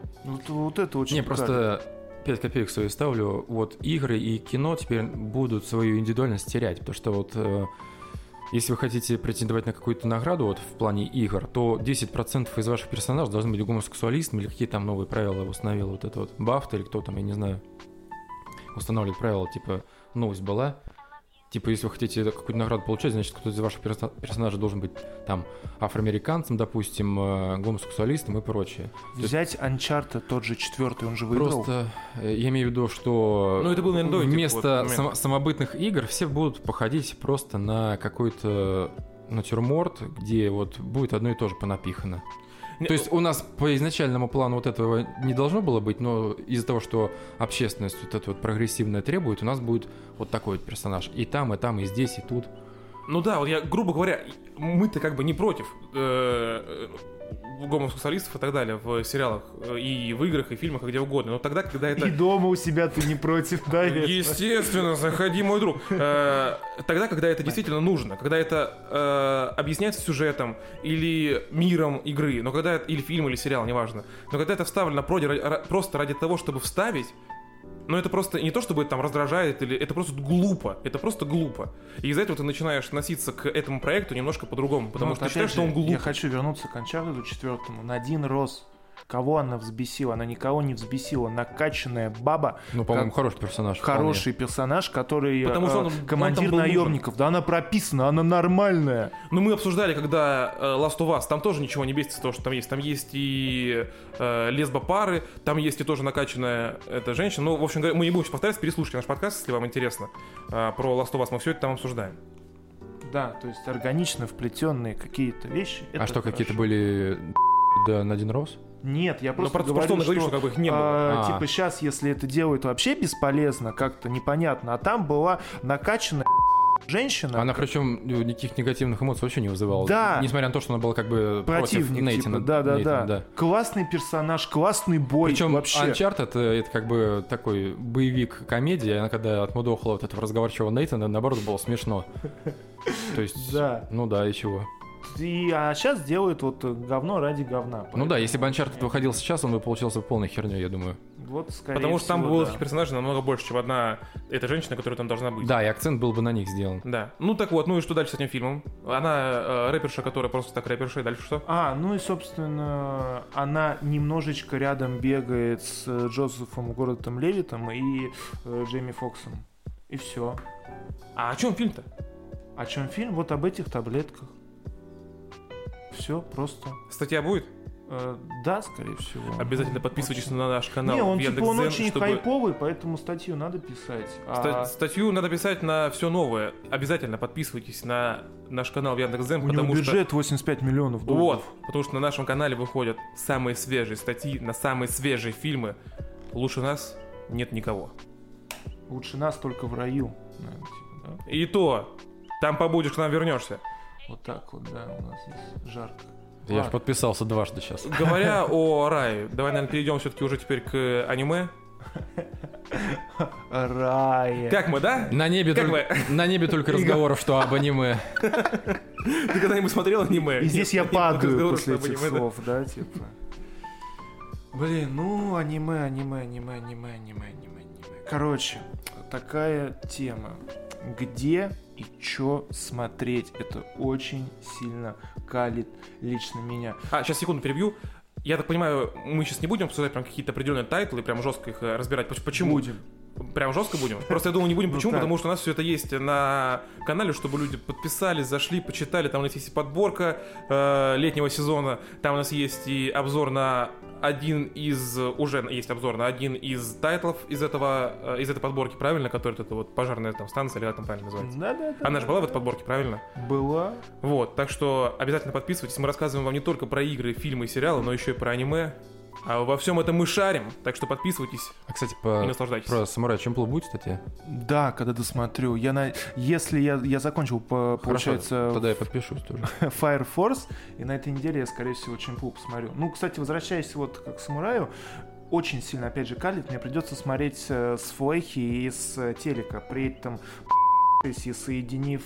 Вот это очень Не, пугает. просто 5 копеек свои ставлю. Вот игры и кино теперь будут свою индивидуальность терять, потому что вот если вы хотите претендовать на какую-то награду вот в плане игр, то 10% из ваших персонажей должны быть гомосексуалистами или какие там новые правила установил вот это вот Бафта или кто там, я не знаю, устанавливает правила, типа новость была. Типа, если вы хотите какую-то награду получать, значит, кто-то из ваших персонажей должен быть там афроамериканцем, допустим, гомосексуалистом и прочее. Взять Uncharted, тот же 4-й, он же выиграл. Просто я имею в виду, что Ну, это был, наверное, до этих вместо вот моментов. самобытных игр все будут походить просто на какой-то натюрморт, где вот будет одно и то же понапихано. То есть у нас по изначальному плану вот этого не должно было быть, но из-за того, что общественность вот это вот прогрессивная требует, у нас будет вот такой вот персонаж. И там, и здесь, и тут. Ну да, вот я, грубо говоря, мы-то как бы не против гомосексуалистов и так далее в сериалах, и в играх, и в фильмах, и где угодно. Но тогда, когда это... И дома у себя ты не против, да? Естественно, заходи, мой друг. Тогда, когда это действительно нужно, когда это объясняется сюжетом или миром игры, но когда или фильм, или сериал, неважно. Но когда это вставлено просто ради того, чтобы вставить, но это просто не то, чтобы это там раздражает, или это просто глупо. Это просто глупо. И из-за этого ты начинаешь относиться к этому проекту немножко по-другому, потому что ты считаешь, что он глупый. Я хочу вернуться к Uncharted 4-му. Надин Росс. Кого она взбесила? Она никого не взбесила. Накачанная баба. Ну, по-моему, хороший персонаж. Хороший персонаж, который Потому что он командир там был наемников. Да она прописана, она нормальная. Ну, мы обсуждали, когда Last of Us, там тоже ничего не бесит из того, что там есть. Там есть и лесбопары, там есть и тоже накачанная эта женщина. Ну, в общем говоря, мы не будем сейчас повторять, переслушайте наш подкаст, если вам интересно. Про Last of Us мы все это там обсуждаем. Да, то есть органично вплетенные какие-то вещи. А что, какие-то были да, Надин Росс? Нет, я просто просто говорю, говорю, что как бы их не было. Типа сейчас, если это делают вообще бесполезно, как-то непонятно. А там была накачанная женщина. Она причем никаких негативных эмоций вообще не вызывала. Да. Несмотря на то, что она была как бы Противник, против Нейтана. типа, да. Да. Классный персонаж, классный бой. Причем вообще. Uncharted это как бы такой боевик-комедия. Она когда отмудохала вот этого разговорчивого Нейтана, наоборот, было смешно. То есть, Да. ну да, и чего. А сейчас делают вот говно ради говна. Ну да, если бы Uncharted выходил сейчас, он бы получился полной херней, я думаю. Вот, скорее Потому что там всего, было да. таких персонажей намного больше, чем одна эта женщина, которая там должна быть. Да, и акцент был бы на них сделан. Да. Ну так вот, ну и что дальше с этим фильмом? Она рэперша, которая просто так рэперша, и дальше что? Ну и, собственно, она немножечко рядом бегает с Джозефом Гордоном Левитом и Джейми Фоксом. И все. А о чем фильм-то? О чем фильм? Вот об этих таблетках. Все просто. Статья будет? Да, скорее всего. Обязательно подписывайтесь на наш канал. Не, он в типа он Яндекс.Дзен, очень чтобы- хайповый, поэтому статью надо писать. Статью надо писать на все новое. Обязательно подписывайтесь на наш канал в Яндекс.Дзен, У него потому что... бюджет 85 миллионов долларов. Вот, потому что на нашем канале выходят самые свежие статьи на самые свежие фильмы. Лучше нас нет никого. Лучше нас только в раю. Наверное, типа, да? И то, там побудешь, к нам вернешься. Вот так вот, да, у нас здесь жарко. Я же Ладно. подписался дважды сейчас. Говоря о рае, давай, наверное, перейдем все-таки уже теперь к аниме. Рай. Как мы, да? На небе только разговоров, что об аниме. Ты когда-нибудь смотрел аниме? И здесь я падаю разговоров, после что этих аниме, да? слов, да, типа. Блин, ну, аниме. Короче, такая тема. Где и чё смотреть? Это очень сильно калит лично меня. Сейчас, секунду, перебью. Я так понимаю, мы сейчас не будем обсуждать прям какие-то определенные тайтлы, прям жестко их разбирать. Почему? Будем. Прям жестко будем? Просто я думаю, не будем. Ну Почему? так. Потому что у нас все это есть на канале, чтобы люди подписались, зашли, почитали. Там у нас есть и подборка летнего сезона. Там у нас есть и обзор на уже есть обзор на один из тайтлов из этой подборки, правильно? Который это вот пожарная там станция, или как там правильно называется? Да. Она же была в этой подборке, правильно? Была. Вот, так что обязательно подписывайтесь. Мы рассказываем вам не только про игры, фильмы и сериалы, но еще и про аниме. А во всем этом мы шарим, так что подписывайтесь А, кстати, и наслаждайтесь. про Самурай Чэмплу будет, кстати? Да, когда досмотрю. Если я закончил, получается, Хорошо, тогда я подпишусь тоже. Fire Force, и на этой неделе я, скорее всего, Чэмплу посмотрю. Ну, кстати, возвращаясь вот к Самураю, очень сильно, опять же, калит. Мне придется смотреть с флехи и с телека. При этом и соединив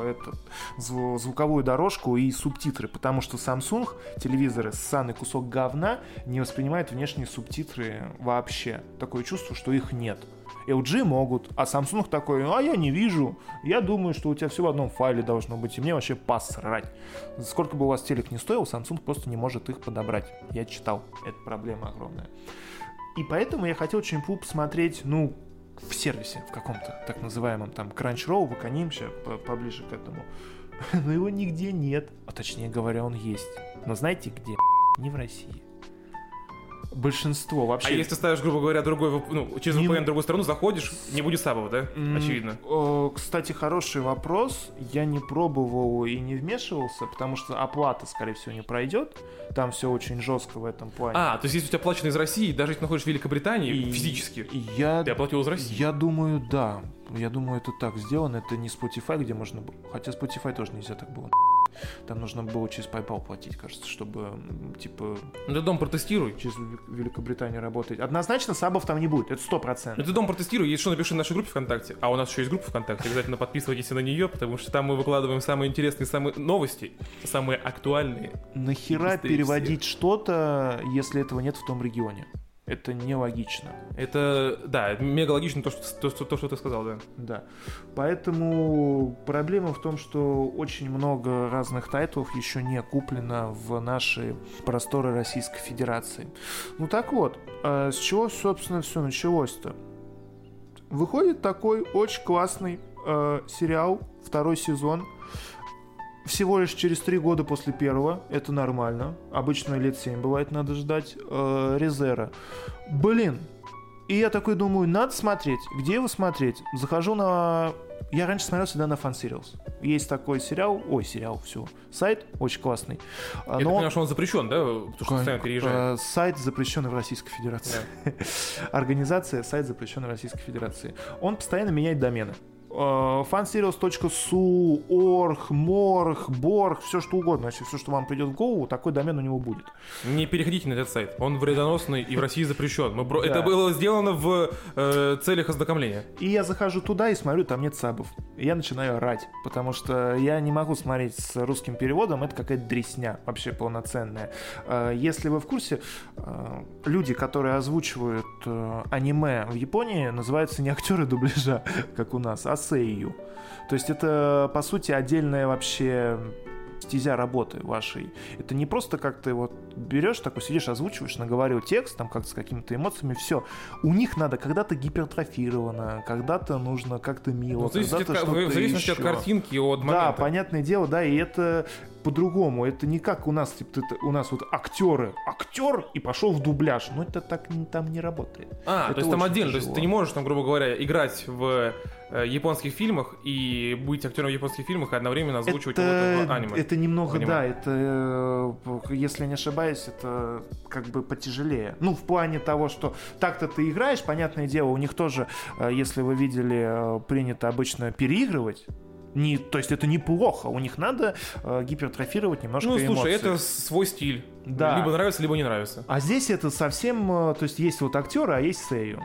звуковую дорожку и субтитры, потому что Samsung телевизоры ссаный кусок говна не воспринимает внешние субтитры вообще. Такое чувство, что их нет. LG могут, а Samsung такой, а я не вижу, я думаю, что у тебя все в одном файле должно быть, и мне вообще посрать. Сколько бы у вас телек не стоил, Samsung просто не может их подобрать. Я читал, это проблема огромная. И поэтому я хотел Чэмплу посмотреть, в сервисе, в каком-то так называемом там Crunchyroll, выконимся поближе к этому. Но его нигде нет. А точнее говоря, он есть. Но знаете где? Не в России. Большинство вообще... А если ставишь, грубо говоря, через VPN в другую страну, заходишь, не будет сабов, да? Очевидно. Кстати, хороший вопрос. Я не пробовал и не вмешивался, потому что оплата, скорее всего, не пройдет. Там все очень жестко в этом плане. То есть если у тебя оплачено из России, даже если ты находишься в Великобритании, физически, ты оплатил из России? Я думаю, да. Я думаю, это так сделано. Это не Spotify, где можно было... Хотя Spotify тоже нельзя так было. Там нужно было через PayPal платить, кажется, чтобы, типа... Ты дом протестируй. Через Великобританию работать. Однозначно сабов там не будет, это 100%. Ты дом протестируй, если что, напиши в нашей группе ВКонтакте. А у нас еще есть группа ВКонтакте, обязательно подписывайтесь на нее, потому что там мы выкладываем самые интересные новости, самые актуальные. Нахера переводить что-то, если этого нет в том регионе? Это нелогично. Это, да, мега логично то, что ты сказал, да. Да. Поэтому проблема в том, что очень много разных тайтлов еще не куплено в наши просторы Российской Федерации. Ну так вот, с чего, собственно, все началось-то? Выходит такой очень классный сериал, второй сезон. Всего лишь через 3 года после первого. Это нормально. Обычно лет 7 бывает, надо ждать. Резера. Блин. И я такой думаю, надо смотреть. Где его смотреть? Захожу на... Я раньше смотрел всегда на FanSerials. Есть такой сериал. Сайт очень классный. Я так понимаю, что он запрещен, да? Потому что постоянно переезжает. Сайт запрещенный в Российской Федерации. Организация, сайт запрещенный в Российской Федерации. Он постоянно меняет домены. fanserials.su, org, morg, borg, все что угодно, вообще все, что вам придет в голову, такой домен у него будет. Не переходите на этот сайт, он вредоносный и в России запрещен. Это было сделано в целях ознакомления. И я захожу туда и смотрю, там нет сабов. И я начинаю орать, потому что я не могу смотреть с русским переводом, это какая-то дресня вообще полноценная. Если вы в курсе, люди, которые озвучивают аниме в Японии, называются не актеры дубляжа, как у нас, а сэйю. То есть это, по сути, отдельная вообще стезя работы вашей. Это не просто как ты вот берешь, такой сидишь, озвучиваешь, наговорил текст, там как-то с какими-то эмоциями, все. У них надо когда-то гипертрофировано, когда-то нужно как-то мило, когда-то что-то в зависимости еще. от картинки, от момента. Да, понятное дело, да, и это по-другому. Это не как у нас, типа, у нас вот актер и пошел в дубляж. Но это так там не работает. То есть там отдельно. То есть ты не можешь, там, грубо говоря, играть в японских фильмах и быть актером в японских фильмах и одновременно озвучивать его в аниме. Это немного, да, это, если не ошибаюсь, это как бы потяжелее. Ну, в плане того, что так-то ты играешь, понятное дело, у них тоже, если вы видели, принято обычно переигрывать. То есть это неплохо, у них надо гипертрофировать немножко эмоций. Ну, слушай, это свой стиль. Да. Либо нравится, либо не нравится. А здесь это совсем... То есть есть вот актеры, а есть сэйю.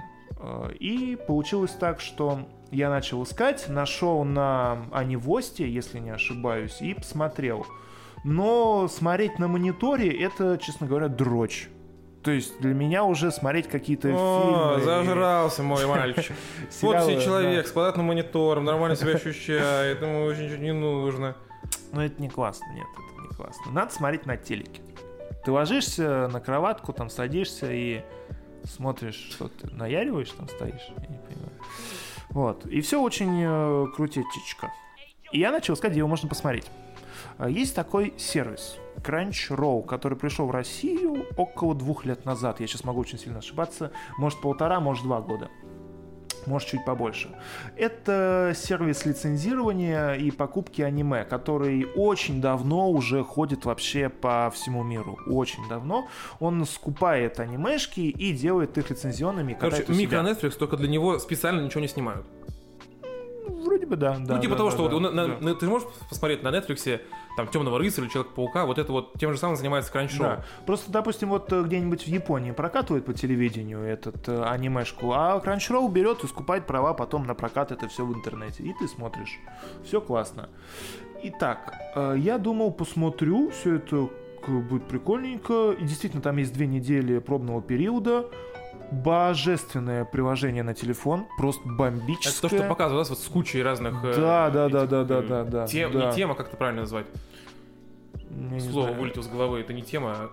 И получилось так, что я начал искать, нашел на Анивосте, если не ошибаюсь, и посмотрел. Но смотреть на мониторе — это, честно говоря, дрочь. То есть для меня уже смотреть какие-то фильмы... Зажрался мой мальчик. Вот себе человек с квадратным монитором, нормально себя ощущает, ему очень ничего не нужно. Ну это не классно, нет, это не классно. Надо смотреть на телеке. Ты ложишься на кроватку, там садишься и смотришь, что ты наяриваешь, там стоишь, я не понимаю. Вот, и все очень крутечечко. И я начал искать, где его можно посмотреть. Есть такой сервис Crunchyroll, который пришел в Россию около 2 лет назад. Я сейчас могу очень сильно ошибаться. Может 1,5, может 2 года. Может чуть побольше. Это сервис лицензирования и покупки аниме, который очень давно уже ходит вообще по всему миру. Очень давно. Он скупает анимешки и делает их лицензионными. Короче, микро-Netflix, только для него специально ничего не снимают. Вроде бы да. Ну, типа того, что ты можешь посмотреть на Netflix там Темного рыцаря, Человека-паука, вот это вот тем же самым занимается Crunchyroll. Да. Просто, допустим, вот где-нибудь в Японии прокатывают по телевидению этот анимешку, а Crunchyroll берет и скупает права потом на прокат это все в интернете. И ты смотришь. Все классно. Итак, я думал, посмотрю, все это будет прикольненько. И действительно, там есть 2 недели пробного периода. Божественное приложение на телефон, просто бомбическое. Это то, что показывают, вот с кучей разных... Да. Не тема, как это правильно назвать? Слово вылетело с головы, это не тема,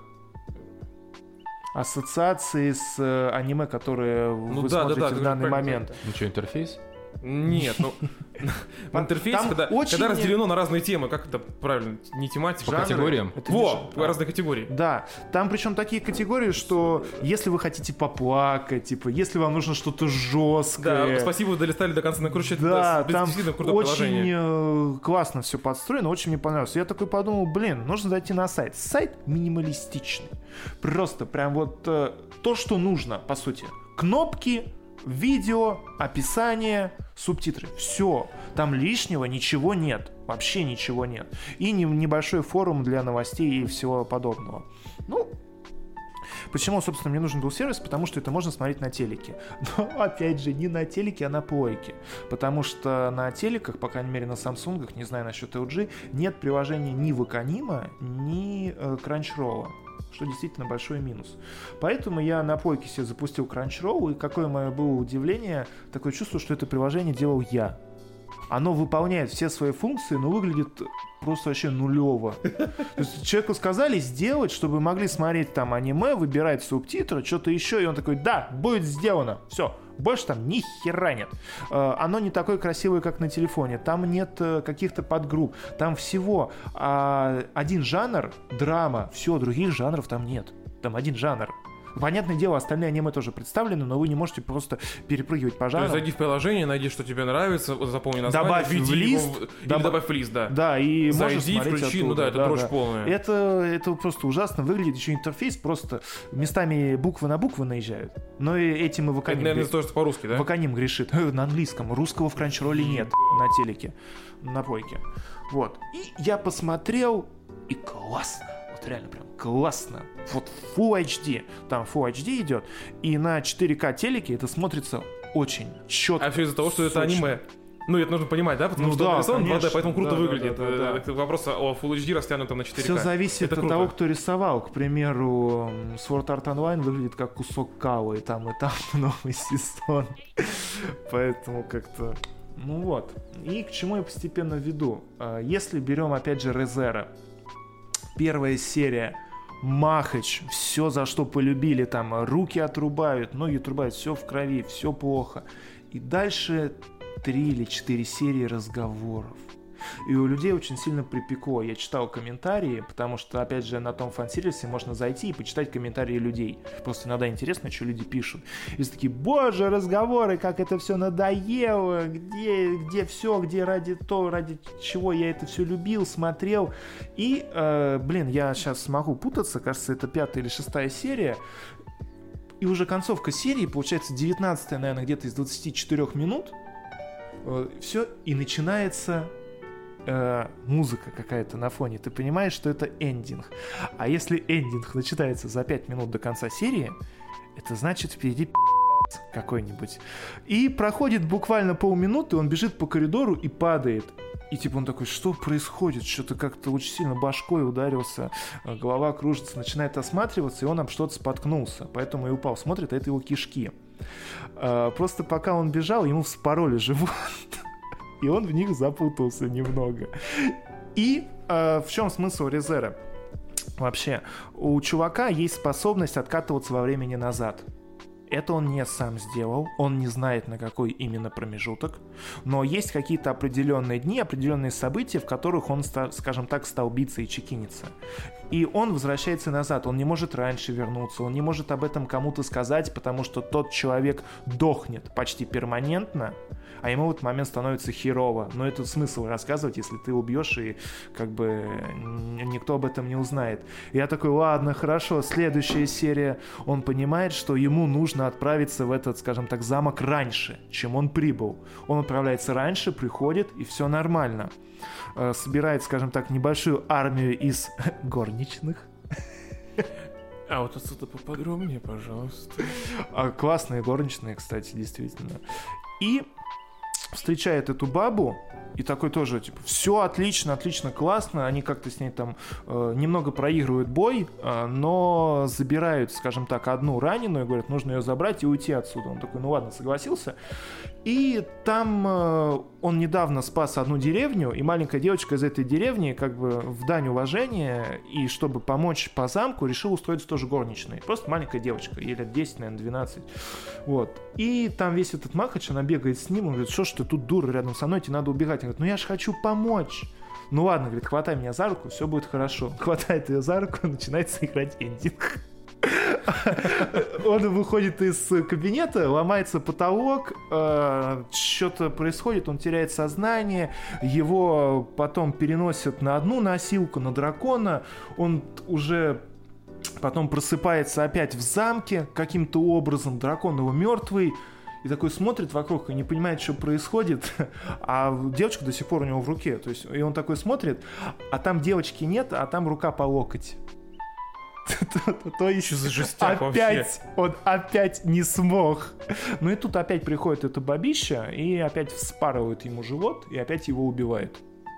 ассоциации с аниме, которые вы смотрите в данный момент. Ну что, интерфейс? Нет, ну в интерфейсе, когда разделено на разные темы, как это правильно, не тематика, по категориям. Разные категории. Да, там причем такие категории, что если вы хотите поплакать, типа, если вам нужно что-то жесткое. Да, спасибо, вы долистали до конца, накручивать. Да, там очень классно все подстроено, очень мне понравилось. Я такой подумал, нужно зайти на сайт. Сайт минималистичный. Просто прям вот то, что нужно, по сути. Кнопки, видео, описание, субтитры. Все. Там лишнего ничего нет. Вообще ничего нет. И небольшой форум для новостей и всего подобного. Ну, почему, собственно, мне нужен был сервис? Потому что это можно смотреть на телеке. Но, опять же, не на телеке, а на плойке. Потому что на телеках, по крайней мере на Samsung, не знаю насчет LG, нет приложения ни Wakanim, ни Crunchyroll. Что действительно большой минус. Поэтому я на плойке себе запустил Crunchyroll, и какое мое было удивление, такое чувство, что это приложение делал я. Оно выполняет все свои функции, но выглядит просто вообще нулево. То есть человеку сказали сделать, чтобы могли смотреть там аниме, выбирать субтитры, что-то еще, и он такой, да, будет сделано, все. Больше там ни хера нет. Оно не такое красивое, как на телефоне. Там нет каких-то подгрупп. Там всего один жанр, драма. Все, других жанров там нет. Там один жанр. Понятное дело, остальные аниме тоже представлены, но вы не можете просто перепрыгивать по жанрам. То есть зайди в приложение, найди, что тебе нравится, запомни название, добавь в лист, добавь в лист, да. Да, и зайди, можешь включи, оттуда. Ну да, это дрожь полная. Это просто ужасно выглядит, еще интерфейс просто местами буквы на буквы наезжают. Но и этим и Wakanim. Это, наверное, то, что по-русски, да? Wakanim грешит. На английском. Русского в Crunchyroll нет на телеке, на плойке. Вот. И я посмотрел, и классно. Вот реально прям классно. Вот Full HD. Там Full HD идет. И на 4К телеке это смотрится очень четко. А все из-за того, что это аниме. Ну, это нужно понимать, да? Потому что нарисован 2D, поэтому круто выглядит. Это вопрос о Full HD растянутом на 4К. Все зависит от того, кто рисовал. К примеру, Sword Art Online выглядит как кусок кавы. И там новый сезон. Поэтому как-то... Ну вот. И к чему я постепенно веду? Если берем, опять же, Re:Zero. Первая серия. Махач, все, за что полюбили, там руки отрубают, ноги отрубают, все в крови, все плохо. И дальше 3 или 4 серии разговоров. И у людей очень сильно припекло. Я читал комментарии, потому что, опять же, на том фан-сервисе можно зайти и почитать комментарии людей. Просто иногда интересно, что люди пишут. И все такие, боже, разговоры, как это все надоело, где все, где ради чего я это все любил, смотрел. И, я сейчас могу путаться, кажется, это 5 или 6 серия. И уже концовка серии, получается, 19-я, наверное, где-то из 24 минут. Все, и начинается... музыка какая-то на фоне, ты понимаешь, что это эндинг. А если эндинг начинается за 5 минут до конца серии, это значит впереди какой-нибудь. И проходит буквально полминуты, он бежит по коридору и падает. И типа он такой, что происходит? Что-то как-то очень сильно башкой ударился, голова кружится, начинает осматриваться, и он об что-то споткнулся. Поэтому и упал. Смотрит, а это его кишки. Просто пока он бежал, ему вспороли живот. И он в них запутался немного. И в чем смысл резеры? Вообще, у чувака есть способность откатываться во времени назад. Это он не сам сделал, он не знает, на какой именно промежуток, но есть какие-то определенные дни, определенные события, в которых он, скажем так, столбится и чекинится. И он возвращается назад, он не может раньше вернуться, он не может об этом кому-то сказать, потому что тот человек дохнет почти перманентно, а ему в этот момент становится херово. Но это смысл рассказывать, если ты убьешь, и как бы никто об этом не узнает. И я такой, ладно, хорошо, следующая серия. Он понимает, что ему нужно отправиться в этот, скажем так, замок раньше, чем он прибыл. Он отправляется раньше, приходит, и все нормально. Собирает, скажем так, небольшую армию из горничных. А вот отсюда поподробнее, пожалуйста. Классные горничные, кстати, действительно. И встречает эту бабу, и такой тоже, типа, все отлично, отлично, классно. Они как-то с ней там немного проигрывают бой, но забирают, скажем так, одну раненую, и говорят, нужно ее забрать и уйти отсюда. Он такой, ну ладно, согласился. И там он недавно спас одну деревню, и маленькая девочка из этой деревни, как бы в дань уважения, и чтобы помочь по замку, решила устроиться тоже горничной. Просто маленькая девочка, ей лет 10, наверное, 12. Вот. И там весь этот махач, она бегает с ним, он говорит, что ж ты тут дура рядом со мной, тебе надо убегать. Он говорит, ну я ж хочу помочь. Ну ладно, говорит, хватай меня за руку, все будет хорошо. Хватает ее за руку, начинается играть эндинг. Он выходит из кабинета, ломается потолок, что-то происходит, он теряет сознание, его потом переносят на одну носилку, на дракона, он уже потом просыпается опять в замке каким-то образом, дракон его мертвый, и такой смотрит вокруг и не понимает, что происходит, а девочка до сих пор у него в руке, то есть, и он такой смотрит, а там девочки нет, а там рука по локоть. То есть что за жестяк опять вообще? Он опять не смог. Ну и тут опять приходит эта бабища и опять вспарывает ему живот и опять его убивает.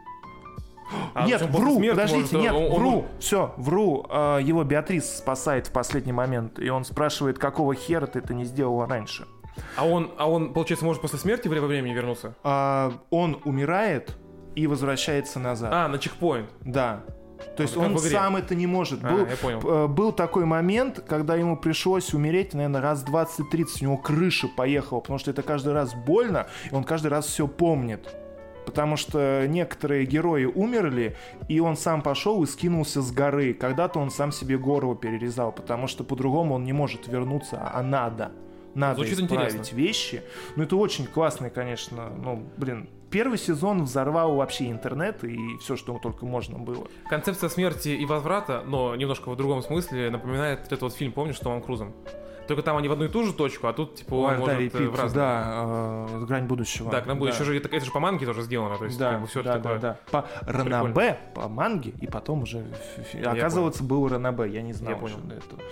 Нет, вру, подождите, нет, вру, все, вру. Его Беатрис спасает в последний момент, и он спрашивает, какого хера ты это не сделала раньше. А он, получается, может после смерти во времени вернуться? Он умирает и возвращается назад. На чекпоинт. Да. То есть он сам это не может. Был такой момент, когда ему пришлось умереть, наверное, раз 20-30, у него крыша поехала, потому что это каждый раз больно, и он каждый раз все помнит. Потому что некоторые герои умерли, и он сам пошел и скинулся с горы. Когда-то он сам себе горло перерезал, потому что по-другому он не может вернуться, а надо. Надо звучит исправить интересно. Вещи. Ну, это очень классный, конечно, первый сезон взорвал вообще интернет и все, что только можно было. Концепция смерти и возврата, но немножко в другом смысле, напоминает вот этот вот фильм, помнишь, с Томом Крузом? Только там они в одну и ту же точку, а тут, типа, он может в разные. Да, «Грань будущего». Да, «Грань будущего». Да. Это же по манге тоже сделано, то есть, да, как бы, все да, такое. Да. По ранобэ, по манге, и потом уже... Оказывается, был ранобэ, я не знал. Я понял. До этого.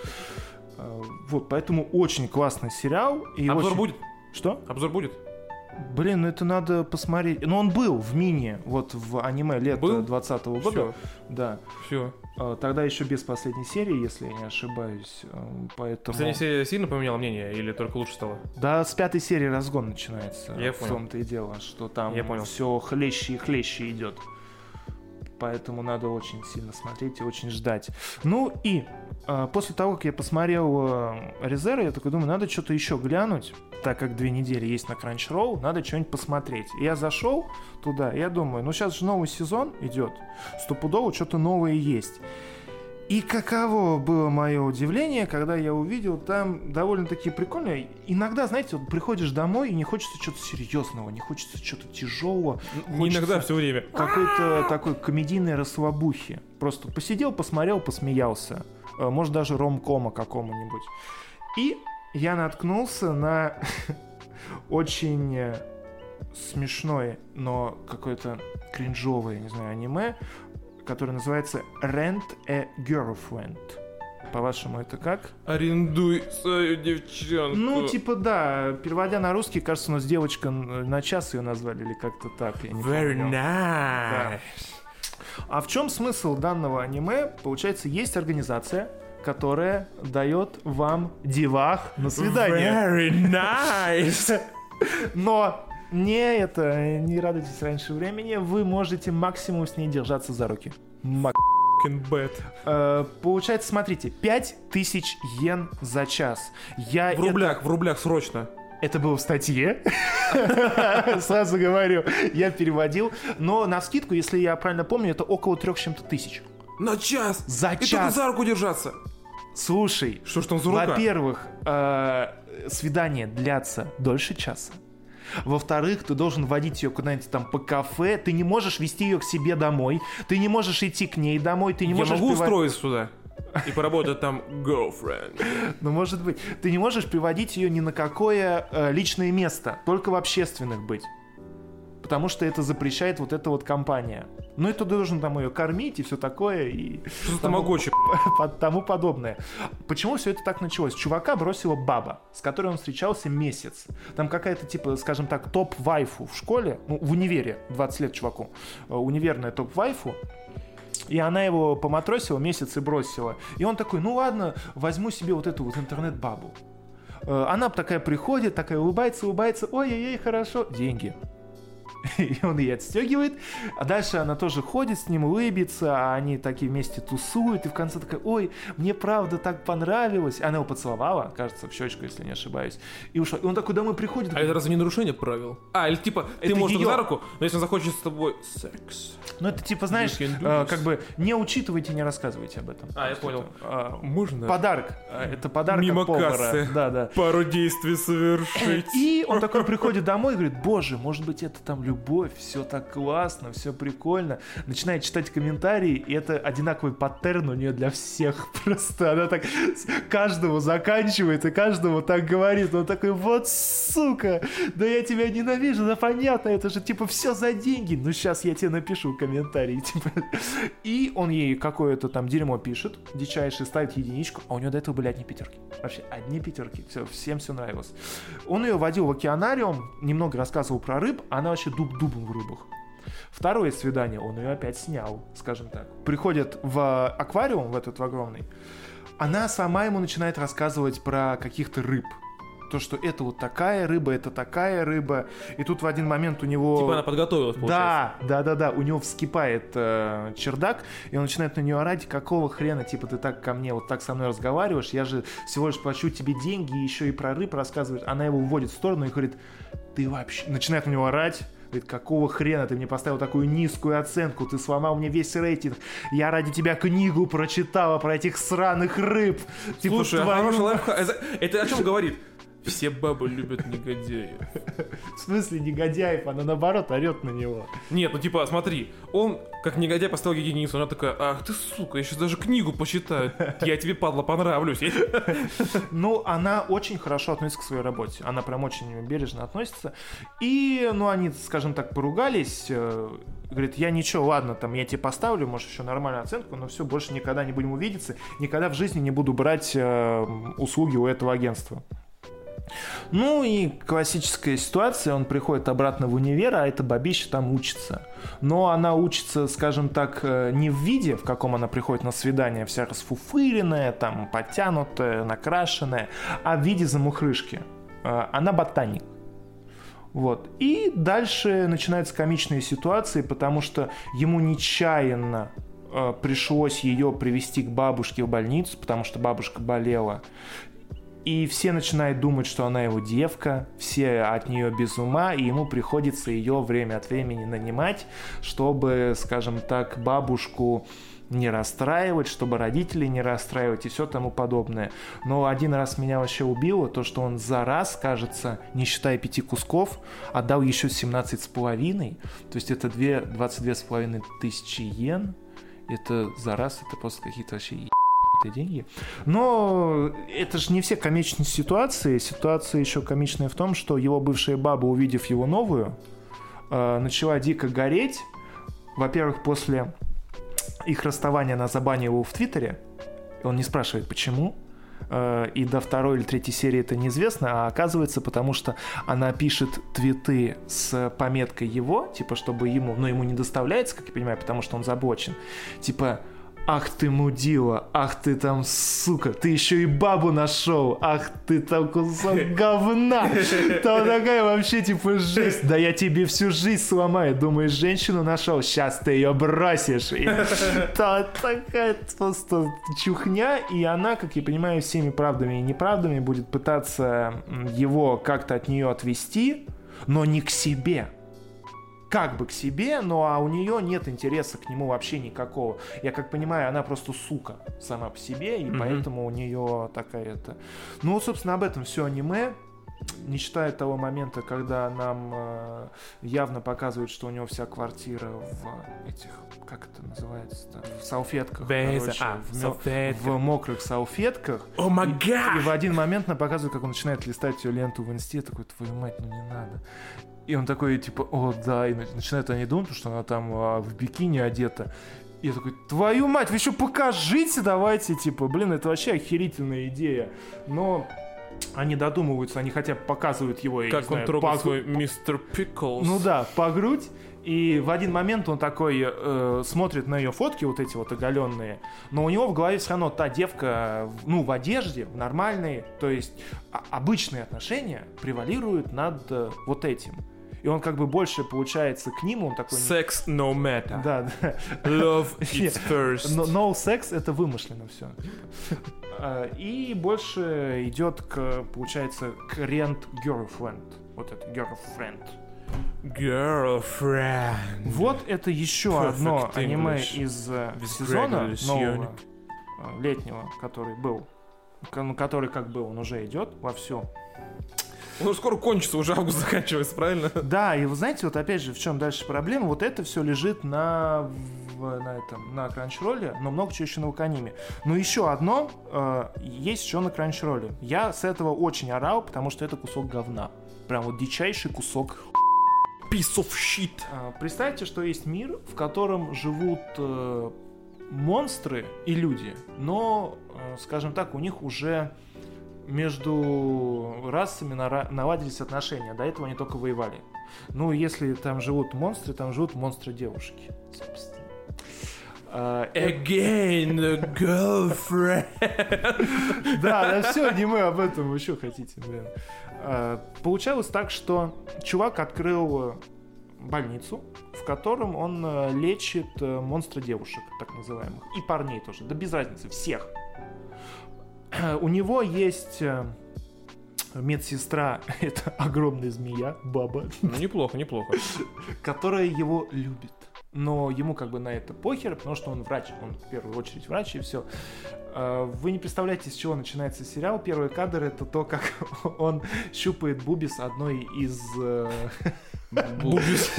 Вот, поэтому очень классный сериал. И обзор будет? Что? Обзор будет? Блин, ну это надо посмотреть. Ну он был в мини, вот в аниме лета 2020 года. Всё. Да. Все. Тогда еще без последней серии, если я не ошибаюсь. Поэтому... Последняя серия сильно поменяла мнение или только лучше стало? Да, с 5-й серии разгон начинается. Я в понял. том-то и дело, что там Я понял. все хлеще и хлеще идет. Поэтому надо очень сильно смотреть и очень ждать. Ну и после того, как я посмотрел резервы, я такой думаю, надо что-то еще глянуть, так как 2 недели есть на Crunchyroll, надо что-нибудь посмотреть. И я зашел туда, и я думаю, ну сейчас же новый сезон идет, стопудово что-то новое есть. И каково было мое удивление, когда я увидел там довольно-таки прикольно. Иногда, знаете, вот приходишь домой и не хочется чего-то серьезного, не хочется чего-то тяжелого. Не иногда, все время. Какой-то такой комедийной расслабухи. Просто посидел, посмотрел, посмеялся. Может, даже ромкома какому-нибудь. И я наткнулся на очень смешное, но какое-то кринжовое, не знаю, аниме, который называется Rent a Girlfriend. По-вашему, это как? Арендуй свою девчонку. Ну, типа, да. Переводя на русский, кажется, у нас девочка на час ее назвали, или как-то так. Я не Very помню. nice. Да. А в чем смысл данного аниме? Получается, есть организация, которая дает вам девах на свидание. Very nice. Но не радуйтесь раньше времени, вы можете максимум с ней держаться за руки. Получается, смотрите, 5000 йен за час. В рублях срочно. Это было в статье. Сразу говорю, я переводил. Но навскидку, если я правильно помню, это около 300 тысяч. На час? За И только час. за руку держаться. Слушай, Что ж там за рука? во-первых, свидания длятся дольше часа. Во-вторых, ты должен водить ее куда-нибудь там по кафе. Ты не можешь вести ее к себе домой. Ты не можешь идти к ней домой. Ты не Я можешь могу устроиться сюда и поработать там girlfriend. Ну, может быть. Ты не можешь приводить ее ни на какое личное место. Только в общественных быть. Потому что это запрещает вот эта вот компания. Ну и ты должен там ее кормить и все такое. И Что за тамагочи? тому подобное. Почему все это так началось? Чувака бросила баба, с которой он встречался месяц. Там какая-то, типа, скажем так, топ-вайфу в школе, ну, в универе, 20 лет чуваку, универная топ-вайфу. И она его поматросила месяц и бросила. И он такой, ну ладно, возьму себе вот эту вот интернет-бабу. Она такая приходит, такая улыбается, ой-ой-ой, хорошо, деньги. И он ей отстегивает, а дальше она тоже ходит с ним, улыбится, а они такие вместе тусуют, и в конце такая, ой, мне правда так понравилось. Она его поцеловала, кажется, в щечку, если не ошибаюсь, и ушла. И он такой домой приходит. А это разве не нарушение правил? Или типа, ты Это можешь её. за руку, но если он захочет с тобой секс. Ну это типа, знаешь, You can do this. как бы не учитывайте, не рассказывайте об этом. Я понял. Это, Можно подарок. Это подарок мимо от повара. кассы Да. пару действий совершить? И он такой приходит домой и говорит, боже, может быть, это там любовь, все так классно, все прикольно. Начинает читать комментарии, и это одинаковый паттерн у нее для всех. Просто она так каждого заканчивает и каждому так говорит. Он такой, вот сука, да я тебя ненавижу, да понятно, это же типа все за деньги. Ну сейчас я тебе напишу комментарий. Типа. И он ей какое-то там дерьмо пишет, дичайшее, ставит единичку, а у него до этого были одни пятерки. Вообще одни пятерки. Всем все нравилось. Он ее водил в океанариум, немного рассказывал про рыб, а она вообще дуб-дубом в рыбах. Второе свидание он ее опять снял, скажем так. Приходит в аквариум, в этот огромный, она сама ему начинает рассказывать про каких-то рыб. То, что это вот такая рыба, это такая рыба. И тут в один момент у него... Типа она подготовилась, получается. Да. У него вскипает чердак, и он начинает на нее орать, какого хрена, типа, ты так ко мне, вот так со мной разговариваешь, я же всего лишь плачу тебе деньги, и еще и про рыб рассказывает. Она его уводит в сторону и говорит, ты вообще... Начинает на него орать. Говорит, какого хрена ты мне поставил такую низкую оценку, ты сломал мне весь рейтинг, я ради тебя книгу прочитала про этих сраных рыб. Слушай, типа, хороший лайфхак. Это о чем говорит? Все бабы любят негодяев. В смысле негодяев? Она наоборот орет на него. Нет, ну типа, смотри, он как негодяй поставил единицу, она такая, ах ты сука, я сейчас даже книгу почитаю, я тебе, падла, понравлюсь. Ну, она очень хорошо относится к своей работе, она прям очень бережно относится. И, ну, они, скажем так, поругались, говорит, я ничего, ладно, там, я тебе поставлю, может, еще нормальную оценку, но все, больше никогда не будем увидеться, никогда в жизни не буду брать услуги у этого агентства. Ну и классическая ситуация, он приходит обратно в универ, а эта бабища там учится. Но она учится, скажем так, не в виде, в каком она приходит на свидание, вся расфуфыренная, там, подтянутая, накрашенная, а в виде замухрышки. Она ботаник. Вот. И дальше начинаются комичные ситуации, потому что ему нечаянно пришлось ее привезти к бабушке в больницу, потому что бабушка болела. И все начинают думать, что она его девка, все от нее без ума, и ему приходится ее время от времени нанимать, чтобы, скажем так, бабушку не расстраивать, чтобы родителей не расстраивать и все тому подобное. Но один раз меня вообще убило то, что он за раз, кажется, не считая 5 кусков, отдал еще 17,5, то есть это 22,5 тысячи йен, это за раз, это просто какие-то вообще деньги. Но это же не все комичные ситуации. Ситуация еще комичная в том, что его бывшая баба, увидев его новую, начала дико гореть. Во-первых, после их расставания она забанила его в Твиттере. Он не спрашивает, почему. И до 2-й или 3-й серии это неизвестно, а оказывается, потому что она пишет твиты с пометкой его, типа, чтобы ему, но ему не доставляется, как я понимаю, потому что он заблочен, типа, ах ты мудила, ах ты там сука, ты еще и бабу нашел, ах ты там кусок говна. Там такая вообще типа жесть. Да я тебе всю жизнь сломаю. Думаешь, женщину нашел, сейчас ты ее бросишь. И там такая просто чухня. И она, как я понимаю, всеми правдами и неправдами будет пытаться его как-то от нее отвести, но не к себе. Как бы к себе, но а у нее нет интереса к нему вообще никакого. Я как понимаю, она просто сука сама по себе, и поэтому у нее такая это. Ну вот, собственно, об этом все аниме. Не считая того момента, когда нам явно показывают, что у него вся квартира в этих, как это называется-то, в салфетках, в мокрых салфетках. О май гад! И в один момент нам показывают, как он начинает листать ее ленту в инсте, такой, твою мать, ну не надо. И он такой, типа, о, да, и начинает они думать, что она там в бикини одета. И я такой, твою мать, вы еще покажите, давайте, типа, блин, это вообще охерительная идея. Но они додумываются, они хотя бы показывают его, как он трогает свой мистер Пиклс. Ну да, по грудь. И в один момент он такой смотрит на ее фотки, вот эти вот оголенные, но у него в голове все равно та девка, ну, в одежде, в нормальной, то есть обычные отношения превалируют над вот этим. И он как бы больше, получается, к ним, он такой... Sex no matter. Да, да. Love is first. No sex — это вымышленно все. И больше идет, получается, к rent-girlfriend. Вот это, girlfriend. Girlfriend. Вот это еще одно аниме из сезона нового, летнего, который был. Который как был, он уже идет вовсю. Ну, скоро кончится, уже август заканчивается, правильно? Да, и вы знаете, вот опять же, в чем дальше проблема? Вот это все лежит на Crunchyroll, но много чего еще на Ваканиме. Но еще одно есть еще на Crunchyroll. Я с этого очень орал, потому что это кусок говна. Прям вот дичайший кусок piece of shit. Представьте, что есть мир, в котором живут монстры и люди, но, скажем так, у них уже между расами наладились отношения. До этого они только воевали. Ну, если там живут монстры-девушки, собственно. Again, the girlfriend. Да, все аниме об этом, вы что хотите, блин. Получалось так, что чувак открыл больницу, в котором он лечит монстра-девушек, так называемых, и парней тоже, да без разницы, всех. У него есть медсестра, это огромная змея, баба. Ну, неплохо, неплохо. Которая его любит. Но ему как бы на это похер, потому что он врач, он в первую очередь врач, и все. Вы не представляете, с чего начинается сериал. Первый кадр — это то, как он щупает бубис одной из... Бубис.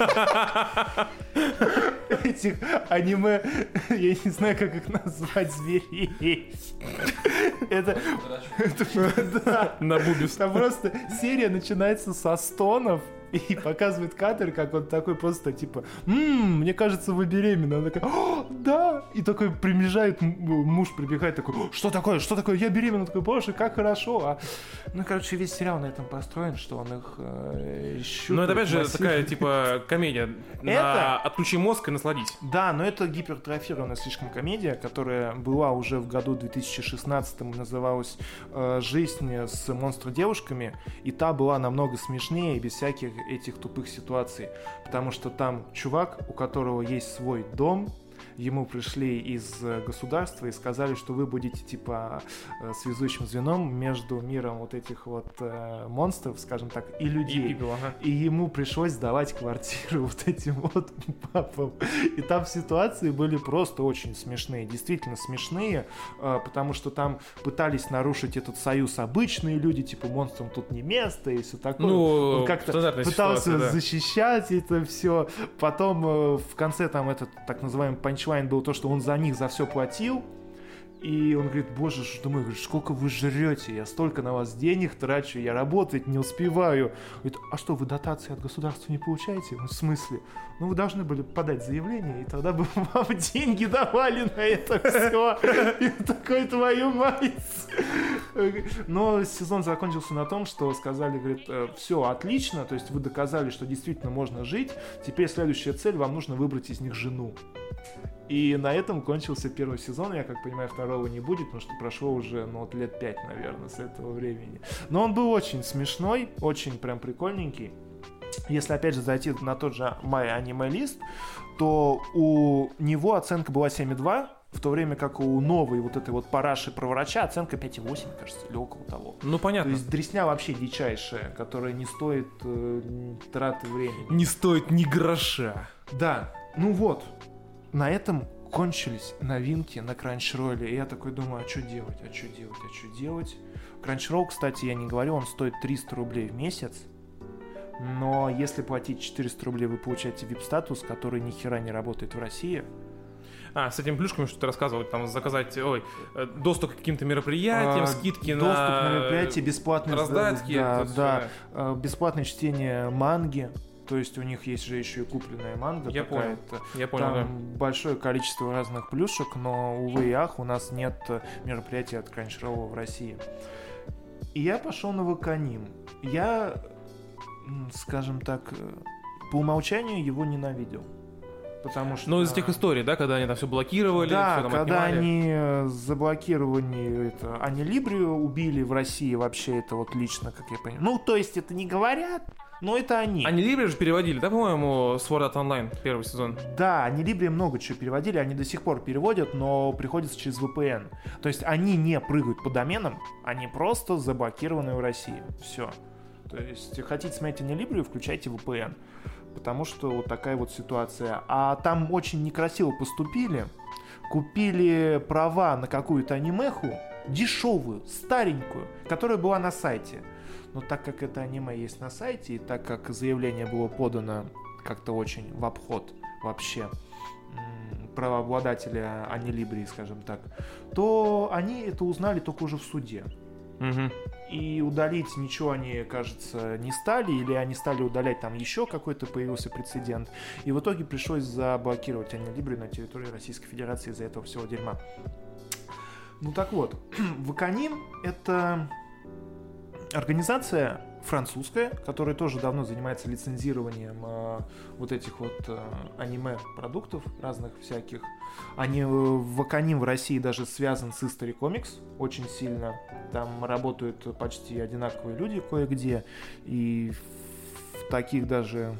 Этих аниме, я не знаю, как их назвать, зверей. Это да. На бубис. Там просто серия начинается со стонов и показывает кадр, как он такой просто типа, мне кажется, вы беременна. Она такая, да. И такой приближает, муж прибегает такой, что такое, я беременна. Такой, боже, как хорошо. Ну, короче, весь сериал на этом построен, что он их щупает. Ну, это опять же такая, типа, комедия. Отключи мозг и насладись. Да, но это гипертрофированная слишком комедия, которая была уже в году 2016, называлась «Жизнь с монстр-девушками», и та была намного смешнее и без всяких этих тупых ситуаций, потому что там чувак, у которого есть свой дом, ему пришли из государства и сказали, что вы будете типа связующим звеном между миром вот этих вот монстров, скажем так, и людей. И ему пришлось сдавать квартиру вот этим вот папам. И там ситуации были просто очень смешные, действительно смешные, потому что там пытались нарушить этот союз обычные люди, типа монстрам тут не место и все такое. Ну, он как-то пытался защищать это все. Потом в конце там этот так называемый панчлайн был то, что он за них за все платил, И он говорит, боже, что мы, говорит, сколько вы жрете, я столько на вас денег трачу, я работать не успеваю. Говорит, а что, вы дотации от государства не получаете? Ну, в смысле? Ну, вы должны были подать заявление, и тогда бы вам деньги давали на это все. И такой, твою мать. Но сезон закончился на том, что сказали, говорит, все отлично, то есть вы доказали, что действительно можно жить, теперь следующая цель, вам нужно выбрать из них жену. И на этом кончился первый сезон. Я, как понимаю, второго не будет, потому что прошло уже, лет 5, наверное, с этого времени. Но он был очень смешной, очень прям прикольненький. Если, опять же, зайти на тот же My Anime List, то у него оценка была 7,2, в то время как у новой вот этой вот параши про врача оценка 5,8, кажется, или около того. Ну, понятно. То есть дресня вообще дичайшая, которая не стоит траты времени. Не стоит ни гроша. Да, ну вот. На этом кончились новинки на Crunchyroll. И я такой думаю, а что делать? Crunchyroll, кстати, я не говорю, он стоит 300 рублей в месяц. Но если платить 400 рублей, вы получаете VIP-статус, который ни хера не работает в России. С этими плюшками, что ты рассказывал, там заказать, доступ к каким-то мероприятиям, скидки доступ на на мероприятия, бесплатные раздатки. Бесплатное чтение манги. То есть у них есть же еще и купленная манга. Я понял, там большое количество разных плюшек, но, увы и ах, у нас нет мероприятий от Crunchyroll в России. И я пошел на Ваканим. Я, скажем так, по умолчанию его ненавидел. Потому что... из тех историй, да, когда они там все блокировали, да, все там когда отнимали. они заблокировали Анилибрию, убили в России вообще это вот лично, как я понимаю. То есть это не говорят, но это они. Анилибрию же переводили, да, по-моему, Sword Art Online, первый сезон? Да, Анилибрию много чего переводили, они до сих пор переводят, но приходится через VPN. То есть они не прыгают по доменам, они просто заблокированы в России. Все. То есть хотите смотреть Анилибрию, включайте VPN. Потому что вот такая вот ситуация. А там очень некрасиво поступили. Купили права на какую-то анимеху, дешевую, старенькую, которая была на сайте. Но так как это аниме есть на сайте, и так как заявление было подано как-то очень в обход вообще правообладателя Анилибрии, скажем так, то они это узнали только уже в суде. Угу. И удалить ничего они, кажется, не стали, или они стали удалять, там еще какой-то появился прецедент. И в итоге пришлось заблокировать Анилибрию на территории Российской Федерации из-за этого всего дерьма. Ну так вот, Ваканим — это организация французская, которая тоже давно занимается лицензированием вот этих вот аниме-продуктов разных всяких. Ваканим в России даже связан с History Comics очень сильно. Там работают почти одинаковые люди кое-где. И в таких даже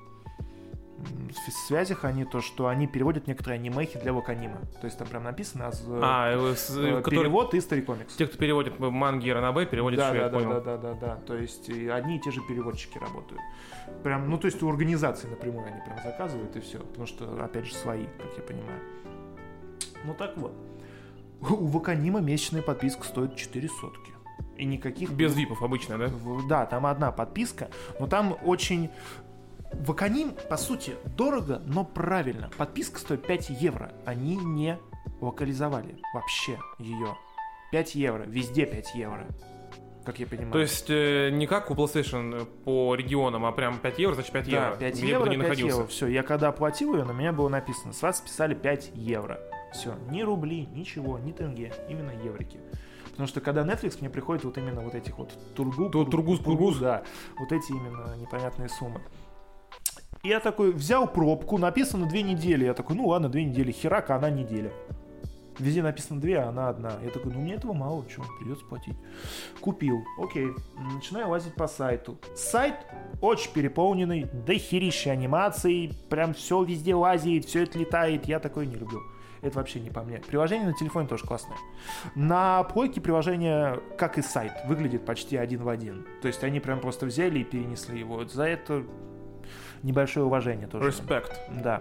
связях что они переводят некоторые анимехи для Ваканима. То есть там прям написано перевод History Comics. Те, кто переводит манги и ранобэ, переводят еще, я понял. Да. То есть одни и те же переводчики работают. Прям, то есть у организации напрямую они прям заказывают и все. Потому что, опять же, свои, как я понимаю. Ну так вот. У Ваканима месячная подписка стоит 4 сотки. И никаких... Без випов обычно, да? Да, там одна подписка, но там очень... Ваканим, по сути, дорого, но правильно. Подписка стоит 5 евро. Они не локализовали вообще ее. 5 евро. Везде 5 евро. Как я понимаю. То есть не как у PlayStation по регионам, а прям 5 евро, значит 5 евро. Да, 5 где евро, бы ты ни 5 находился. евро. Все, я когда оплатил ее, на меня было написано, с вас списали 5 евро. Все, ни рубли, ничего, ни тенге, именно еврики. Потому что когда Netflix, мне приходит вот именно вот этих вот тургуз, да, вот эти именно непонятные суммы. И я такой взял пробку, написано 2 недели. Я такой, ладно, 2 недели, херака, она неделя. Везде написано 2, а она одна. Я такой, мне этого мало, что, придется платить. Купил, окей. Начинаю лазить по сайту. Сайт очень переполненный, дохерища анимаций, прям все везде лазит, все это летает. Я такое не люблю. Это вообще не по мне. Приложение на телефоне тоже классное. На плойке приложение, как и сайт, выглядит почти один в один. То есть они прям просто взяли и перенесли его. За это небольшое уважение тоже. Респект. Да.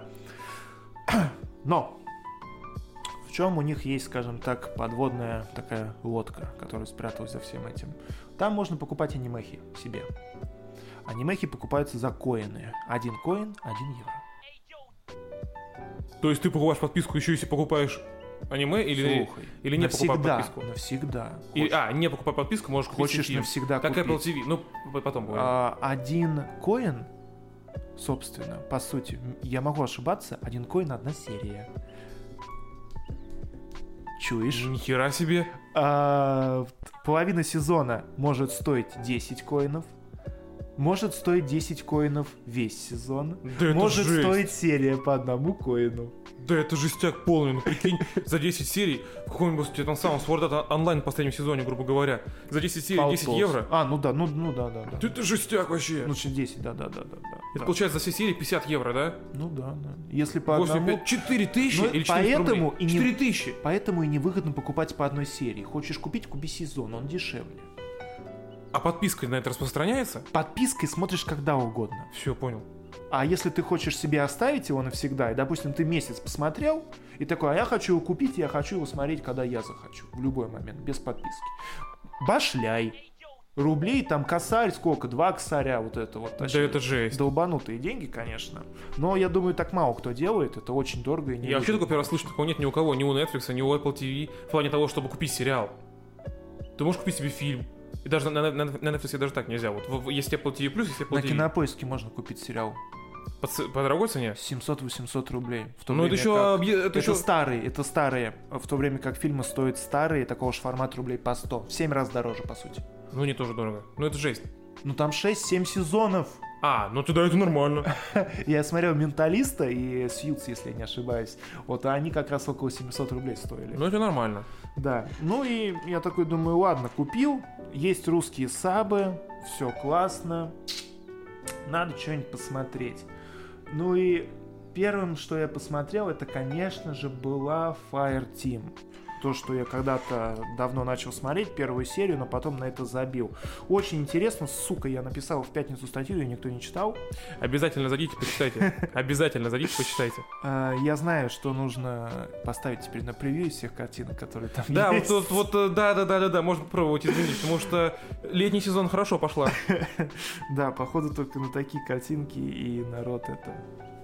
Но в чем у них есть, скажем так, подводная такая лодка, которая спряталась за всем этим? Там можно покупать анимехи себе. Анимехи покупаются за коины. 1 коин, 1 евро. То есть ты покупаешь подписку, еще если покупаешь аниме или не покупать подписку? Навсегда. Не покупай подписку, можешь купить Хочешь Steam. навсегда как купить. Apple TV. Ну, потом поговорим. 1 коин, собственно, по сути, я могу ошибаться, 1 коин — 1 серия. Чуешь? Нихера себе. Половина сезона может стоить 10 коинов. Может стоить 10 коинов весь сезон. Да это может жесть. стоить серия по 1 коину. Да это жестяк полный, ну прикинь, за 10 серий в каком-нибудь там самом Sword Art Online в последнем сезоне, грубо говоря, за 10 серий 10 евро. Ну да. Да это жестяк вообще. Ну, 10, да. Это получается за все серии 50 евро, да? Ну да. Если по одному... 4 тысячи Ну, или 4 поэтому рублей? и 4 тысячи. Поэтому и невыгодно покупать по 1 серии. Хочешь купить, купи сезон, он дешевле. А подписка на это распространяется? Подпиской смотришь когда угодно. Все, понял. А если ты хочешь себе оставить его навсегда, и, допустим, ты месяц посмотрел, и такой, а я хочу его купить, я хочу его смотреть, когда я захочу, в любой момент, без подписки. Башляй. Рублей там косарь, сколько? 2 косаря, вот это вот. Да это жесть. Долбанутые деньги, конечно. Но я думаю, так мало кто делает, это очень дорого и не Я вообще только первый раз слышу, такого нет ни у кого, ни у Netflix, ни у Apple TV, в плане того, чтобы купить сериал. Ты можешь купить себе фильм. И даже на Netflix даже так нельзя. Вот есть Apple TV+, есть Apple На TV. Кинопоиске можно купить сериал. По дорогой цене? 700-800 рублей. В то Ну это время еще... как... Это старые. В то время как фильмы стоят старые, такого же формата рублей по 100. В 7 раз дороже, по сути. Ну не тоже дорого. Ну это жесть. Ну там 6-7 сезонов. Ну тогда это нормально. Я смотрел «Менталиста» и «Сьюз», если я не ошибаюсь. Вот, а они как раз около 700 рублей стоили. Ну это нормально. Да. Ну и я такой думаю, ладно, купил. Есть русские сабы. Все классно. Надо что-нибудь посмотреть. Ну и первым, что я посмотрел, это, конечно же, была Fireteam. То, что я когда-то давно начал смотреть, первую серию, но потом на это забил. Очень интересно, сука, я написал в пятницу статью, ее никто не читал. Обязательно зайдите, почитайте. Обязательно зайдите, почитайте. Я знаю, что нужно поставить теперь на превью из всех картинок, которые там да, есть. Да, можно попробовать изменить, потому что летний сезон хорошо пошла. Да, походу только на такие картинки и народ это...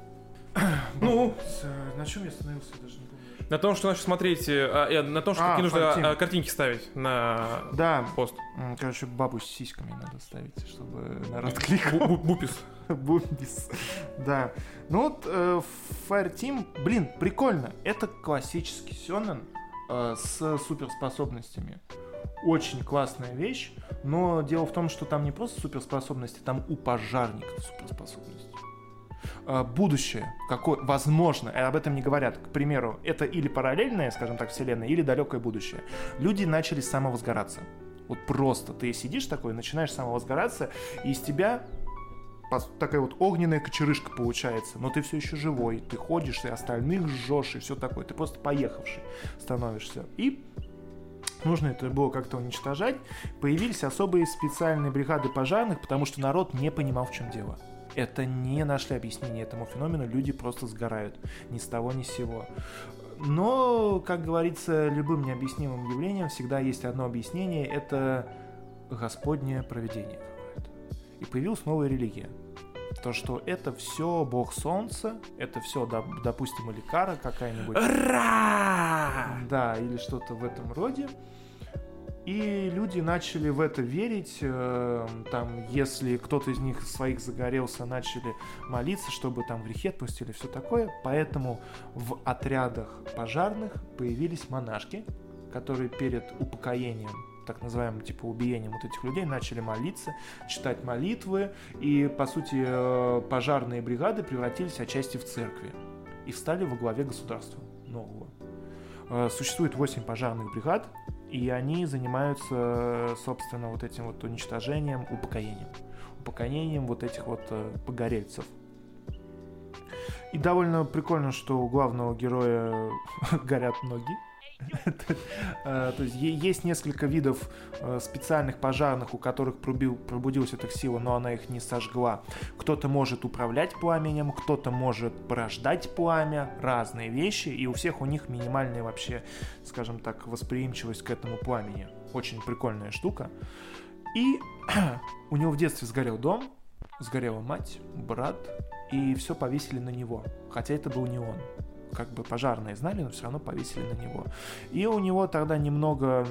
Ну, на чем я остановился, я даже не помню. На том, что начал смотреть, на том, что какие нужно картинки ставить на пост. Короче, бабу с сиськами надо ставить, чтобы народ кликал. Бупис. Бупис. Да. Ну вот, Fireteam, блин, прикольно. Это классический сёнэн с суперспособностями. Очень классная вещь, но дело в том, что там не просто суперспособности, там у пожарников суперспособности. Будущее, какое, возможно, об этом не говорят. К примеру, это или параллельная, скажем так, вселенная, или далекое будущее. Люди начали самовозгораться. Вот просто ты сидишь такой, начинаешь самовозгораться, и из тебя такая вот огненная кочерышка получается, но ты все еще живой, ты ходишь, и остальных жжешь, и все такое. Ты просто поехавший становишься. И нужно это было как-то уничтожать. Появились особые специальные бригады пожарных, потому что народ не понимал, в чем дело. Это не нашли объяснение этому феномену, люди просто сгорают ни с того ни с сего. Но, как говорится, любым необъяснимым явлением всегда есть одно объяснение, это Господнее провидение какое-то. И появилась новая религия. То, что это все Бог Солнца, это все, допустим, или Кара какая-нибудь. Ура! Да, или что-то в этом роде. И люди начали в это верить, там, если кто-то из них своих загорелся, начали молиться, чтобы там грехи отпустили, все такое. Поэтому в отрядах пожарных появились монашки, которые перед упокоением, так называемым типа убиением вот этих людей, начали молиться, читать молитвы, и, по сути, пожарные бригады превратились отчасти в церкви и встали во главе государства нового. Существует 8 пожарных бригад, и они занимаются, собственно, вот этим вот уничтожением, упокоением вот этих вот погорельцев. И довольно прикольно, что у главного героя горят ноги. То есть есть несколько видов специальных пожарных, у которых пробудилась эта сила, но она их не сожгла. Кто-то может управлять пламенем, кто-то может порождать пламя, разные вещи, и у всех у них минимальная вообще, скажем так, восприимчивость к этому пламени. Очень прикольная штука. И у него в детстве сгорел дом, сгорела мать, брат, и все повесили на него. Хотя это был не он. как бы пожарные знали, но все равно повесили на него. И у него тогда немного...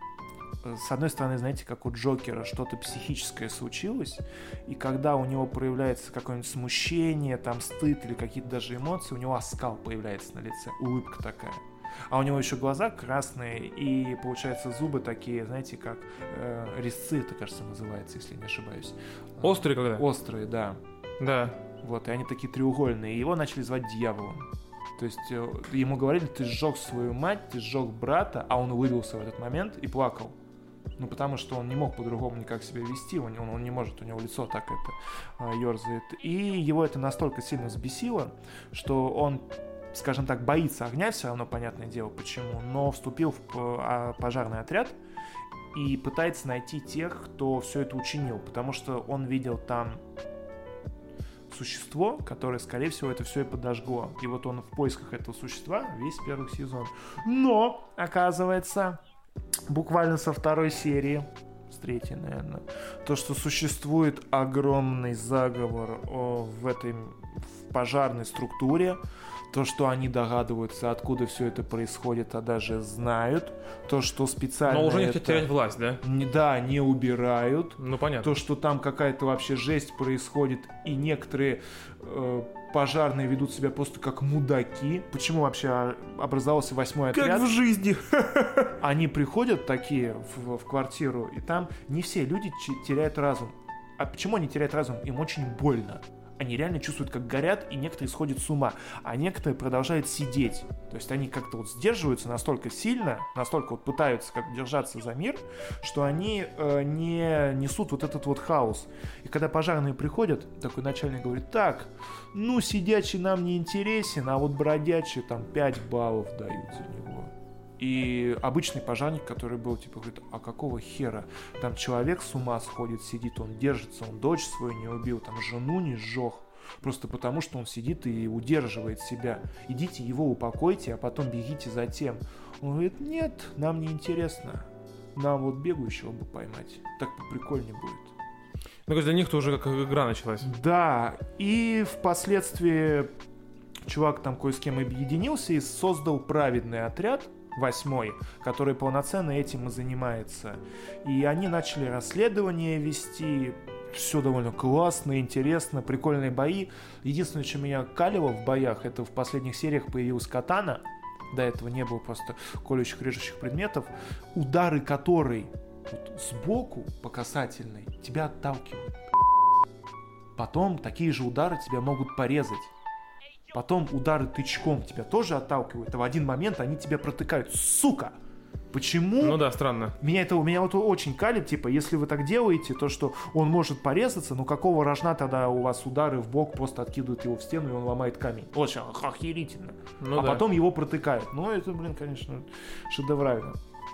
С одной стороны, знаете, как у Джокера что-то психическое случилось, и когда у него проявляется какое-нибудь смущение, там стыд или какие-то даже эмоции, у него оскал появляется на лице, улыбка такая. А у него еще глаза красные, и, получается, зубы такие, знаете, как резцы, это, кажется, называется, если не ошибаюсь. Острые когда? Острые, да. Да. Вот, и они такие треугольные, и его начали звать дьяволом. То есть ему говорили, ты сжег свою мать, ты сжег брата, а он улыбился в этот момент и плакал. Ну, потому что он не мог по-другому никак себя вести, он не может, у него лицо так это ерзает. И его это настолько сильно взбесило, что он, скажем так, боится огня, все равно понятное дело почему, но вступил в пожарный отряд и пытается найти тех, кто все это учинил, потому что он видел там существо, которое, скорее всего, это все и подожгло. И вот он в поисках этого существа весь первый сезон. Но, оказывается... Буквально со второй серии, с третьей, наверное, то, что существует огромный заговор в пожарной структуре, то, что они догадываются, откуда все это происходит, а даже знают, то, что специально... Но уже не хотят терять власть, да? Да, не убирают. Ну, понятно. То, что там какая-то вообще жесть происходит, и некоторые... пожарные ведут себя просто как мудаки. Почему вообще образовался 8-й отряд? Как в жизни. Они приходят такие в квартиру, и там не все люди теряют разум. А почему они теряют разум? Им очень больно. Они реально чувствуют, как горят, и некоторые сходят с ума, а некоторые продолжают сидеть. То есть они как-то вот сдерживаются настолько сильно, настолько вот пытаются как держаться за мир, что они не несут вот этот вот хаос. И когда пожарные приходят, такой начальник говорит, так, ну сидячий нам не интересен, а вот бродячий там 5 баллов дают за него. И обычный пожарник, который был, типа, говорит, а какого хера? Там человек с ума сходит, сидит, он держится, он дочь свою не убил, там жену не сжег. Просто потому, что он сидит и удерживает себя. Идите его упокойте, а потом бегите за тем. Он говорит, нет, нам не интересно. Нам вот бегающего бы поймать. Так прикольнее будет. Ну, для них-то уже как игра началась. Да, и впоследствии чувак там кое с кем объединился и создал праведный отряд, 8-й, который полноценно этим и занимается. И они начали расследование вести. Все довольно классно, интересно, прикольные бои. Единственное, что меня калило в боях, это в последних сериях появилась катана. До этого не было просто колющих, режущих предметов. Удары которой вот сбоку по касательной тебя отталкивают. Потом такие же удары тебя могут порезать. Потом удары тычком тебя тоже отталкивают, а в один момент они тебя протыкают. Сука! Почему? Ну да, странно. Меня вот очень калит, типа, если вы так делаете, то что он может порезаться, но какого рожна тогда у вас удары в бок просто откидывают его в стену, и он ломает камень. Очень охерительно. Ну, а да. Потом его протыкают. Ну, это, конечно, шедеврально.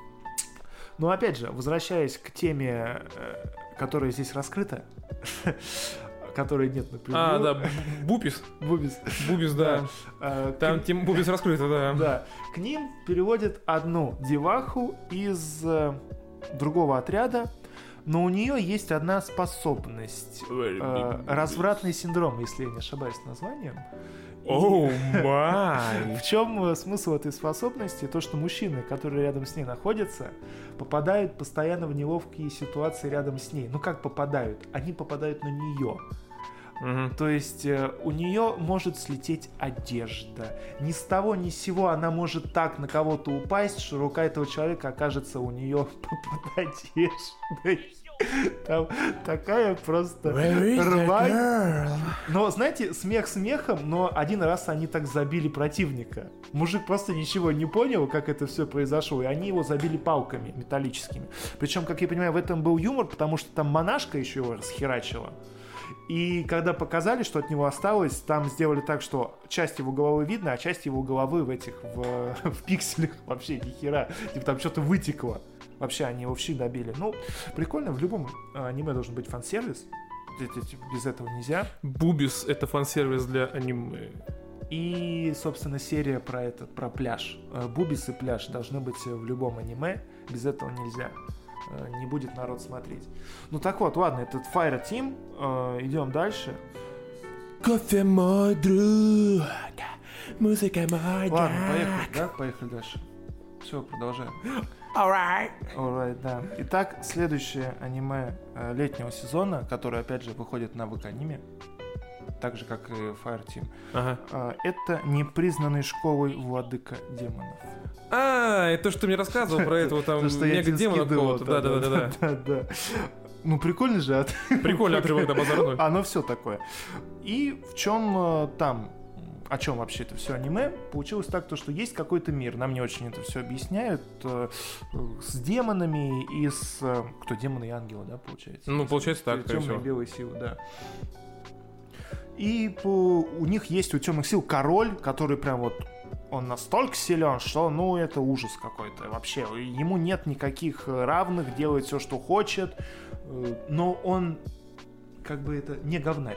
Но опять же, возвращаясь к теме, которая здесь раскрыта, которой нет на превью. А, да, Бубис. Бубис, да. Там тема Бубис раскрыта, да. Да. К ним переводят одну деваху из другого отряда, но у нее есть одна способность. Развратный синдром, если я не ошибаюсь названием. Оу май! В чем смысл этой способности? То, что мужчины, которые рядом с ней находятся, попадают постоянно в неловкие ситуации рядом с ней. Ну как попадают? Они попадают на нее. То есть у нее может слететь одежда. Ни с того ни с сего она может так на кого-то упасть, что рука этого человека окажется у нее под одеждой. Там такая просто рвань. Но, знаете, смех смехом, но один раз они так забили противника. Мужик просто ничего не понял, как это все произошло, и они его забили палками металлическими. Причем, как я понимаю, в этом был юмор, потому что там монашка еще его расхерачила. И когда показали, что от него осталось, там сделали так, что часть его головы видно, а часть его головы в пикселях вообще ни хера. Типа там что-то вытекло. Вообще они его вщи добили. Ну, прикольно, в любом аниме должен быть фан-сервис. Без этого нельзя. Бубис — это фан-сервис для аниме. И, собственно, серия про пляж. Бубис и пляж должны быть в любом аниме. Без этого нельзя. Не будет народ смотреть. Ну так вот, ладно, этот Fire Team. Идем дальше. Кофе, мой друг. Музыка моя. Ладно, поехали дальше. Все, продолжаем. Alright, да. Итак, следующее аниме летнего сезона, которое, опять же, выходит на Ваканиме, так же, как и Fireteam. Это непризнанный школой владыка демонов. Это то, что ты мне рассказывал про этого там мега-демона какого-то. Да. Ну, прикольно же. Прикольный отрывок до базара. Оно все такое. И в чем там, о чем вообще это все аниме? Получилось так, что есть какой-то мир, нам не очень это все объясняют, с демонами и с... Кто? Демоны и ангелы, да, получается? Ну, получается так, темные белые силы, да. И у них есть, у темных сил, король, который прям вот он настолько силен, что, ну, это ужас какой-то вообще. Ему нет никаких равных, делает все, что хочет, но он как бы это не говнарь.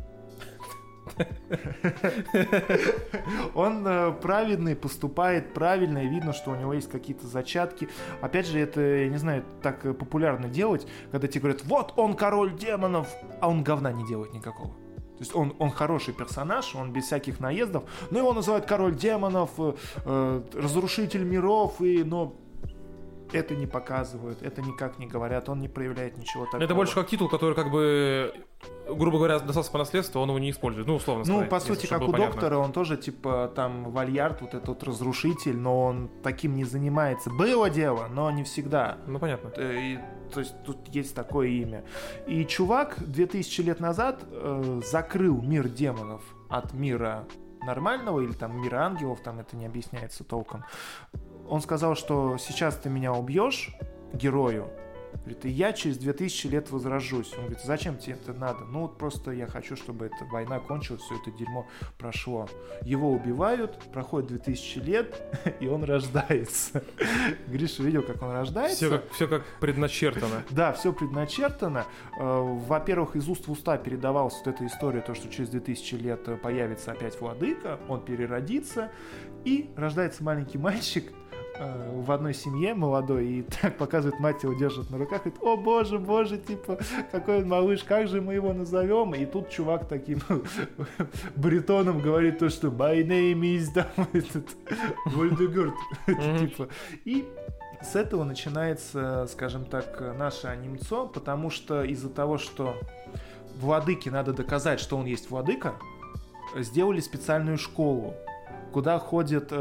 Он праведный, поступает правильно, и видно, что у него есть какие-то зачатки. Опять же, это, я не знаю, так популярно делать, когда тебе говорят, вот он король демонов, а он говна не делает никакого. То есть он хороший персонаж, он без всяких наездов, но его называют король демонов, разрушитель миров, но это не показывают, это никак не говорят, он не проявляет ничего такого. Это больше как титул, который как бы, грубо говоря, достался по наследству, он его не использует, ну, условно сказать. Ну, по сути, как у доктора, он тоже, типа, там, Вальярд, вот этот разрушитель, но он таким не занимается. Было дело, но не всегда. Ну, понятно. То есть тут есть такое имя. И чувак 2000 лет назад закрыл мир демонов от мира нормального или там мира ангелов, там это не объясняется толком. Он сказал, что сейчас ты меня убьешь, герою, говорит, и я через 2000 лет возрожусь. Он говорит, зачем тебе это надо? Ну вот просто я хочу, чтобы эта война кончилась, все это дерьмо прошло. Его убивают, проходит 2000 лет, и он рождается. Гриша видел, как он рождается. Все как предначертано. Да, все предначертано. Во-первых, из уст в уста передавалась вот эта история, то, что через 2000 лет появится опять владыка, он переродится, и рождается маленький мальчик в одной семье молодой, и так показывает, мать его держит на руках, говорит, о боже, типа, какой он малыш, как же мы его назовем? И тут чувак таким баритоном говорит то, что my name is Вольдегорд, типа. И с этого начинается, скажем так, наше анимцо, потому что из-за того, что владыке надо доказать, что он есть владыка, сделали специальную школу, куда ходят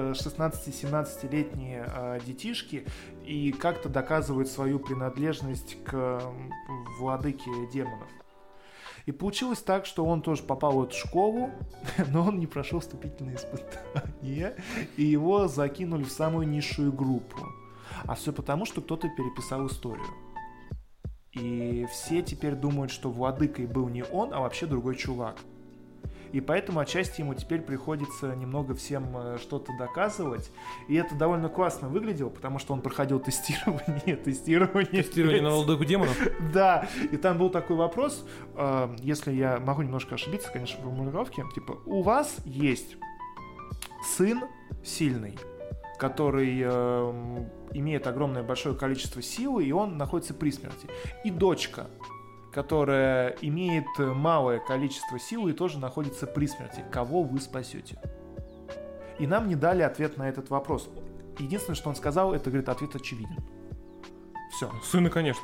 16-17-летние детишки и как-то доказывают свою принадлежность к владыке демонов. И получилось так, что он тоже попал в эту школу, но он не прошел вступительные испытания, и его закинули в самую низшую группу. А все потому, что кто-то переписал историю. И все теперь думают, что владыкой был не он, а вообще другой чувак. И поэтому отчасти ему теперь приходится немного всем что-то доказывать. И это довольно классно выглядело, потому что он проходил тестирование. Тестирование на владыку демонов? Да. И там был такой вопрос, если я могу немножко ошибиться, конечно, в формулировке. Типа, у вас есть сын сильный, который имеет огромное большое количество силы, и он находится при смерти. И дочка, которая имеет малое количество силы и тоже находится при смерти. Кого вы спасете? И нам не дали ответ на этот вопрос. Единственное, что он сказал, это, говорит, ответ очевиден. Все. Сына, конечно.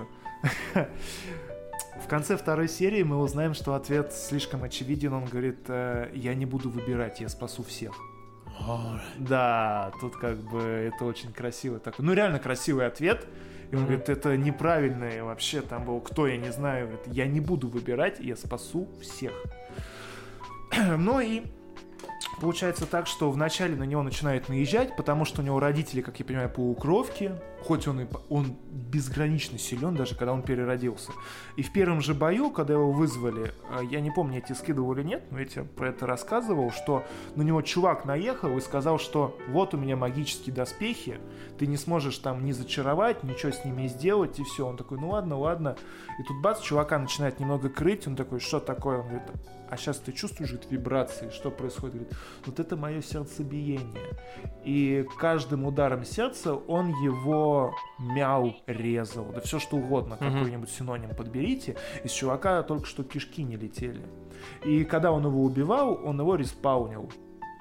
В конце второй серии мы узнаем, что ответ слишком очевиден. Он говорит, я не буду выбирать, я спасу всех. Да, тут как бы это очень красивый такой. Ну, реально красивый ответ. И он говорит, это неправильно, вообще там был кто, я не знаю. Говорит, я не буду выбирать, я спасу всех. Ну и получается так, что вначале на него начинают наезжать, потому что у него родители, как я понимаю, полукровки, хоть он безгранично силен, даже когда он переродился. И в первом же бою, когда его вызвали, я не помню, я тебе скидывал или нет, но я тебе про это рассказывал, что на него чувак наехал и сказал, что вот у меня магические доспехи, ты не сможешь там ни зачаровать, ничего с ними сделать, и все. Он такой, ну ладно. И тут бац, чувака начинает немного крыть, он такой, что такое? Он говорит, а сейчас ты чувствуешь вибрации, что происходит? Говорит, вот это мое сердцебиение. И каждым ударом сердца он его мял, резал, да все что угодно, какой-нибудь синоним подберите. Из чувака только что кишки не летели. И когда он его убивал, он его респаунил.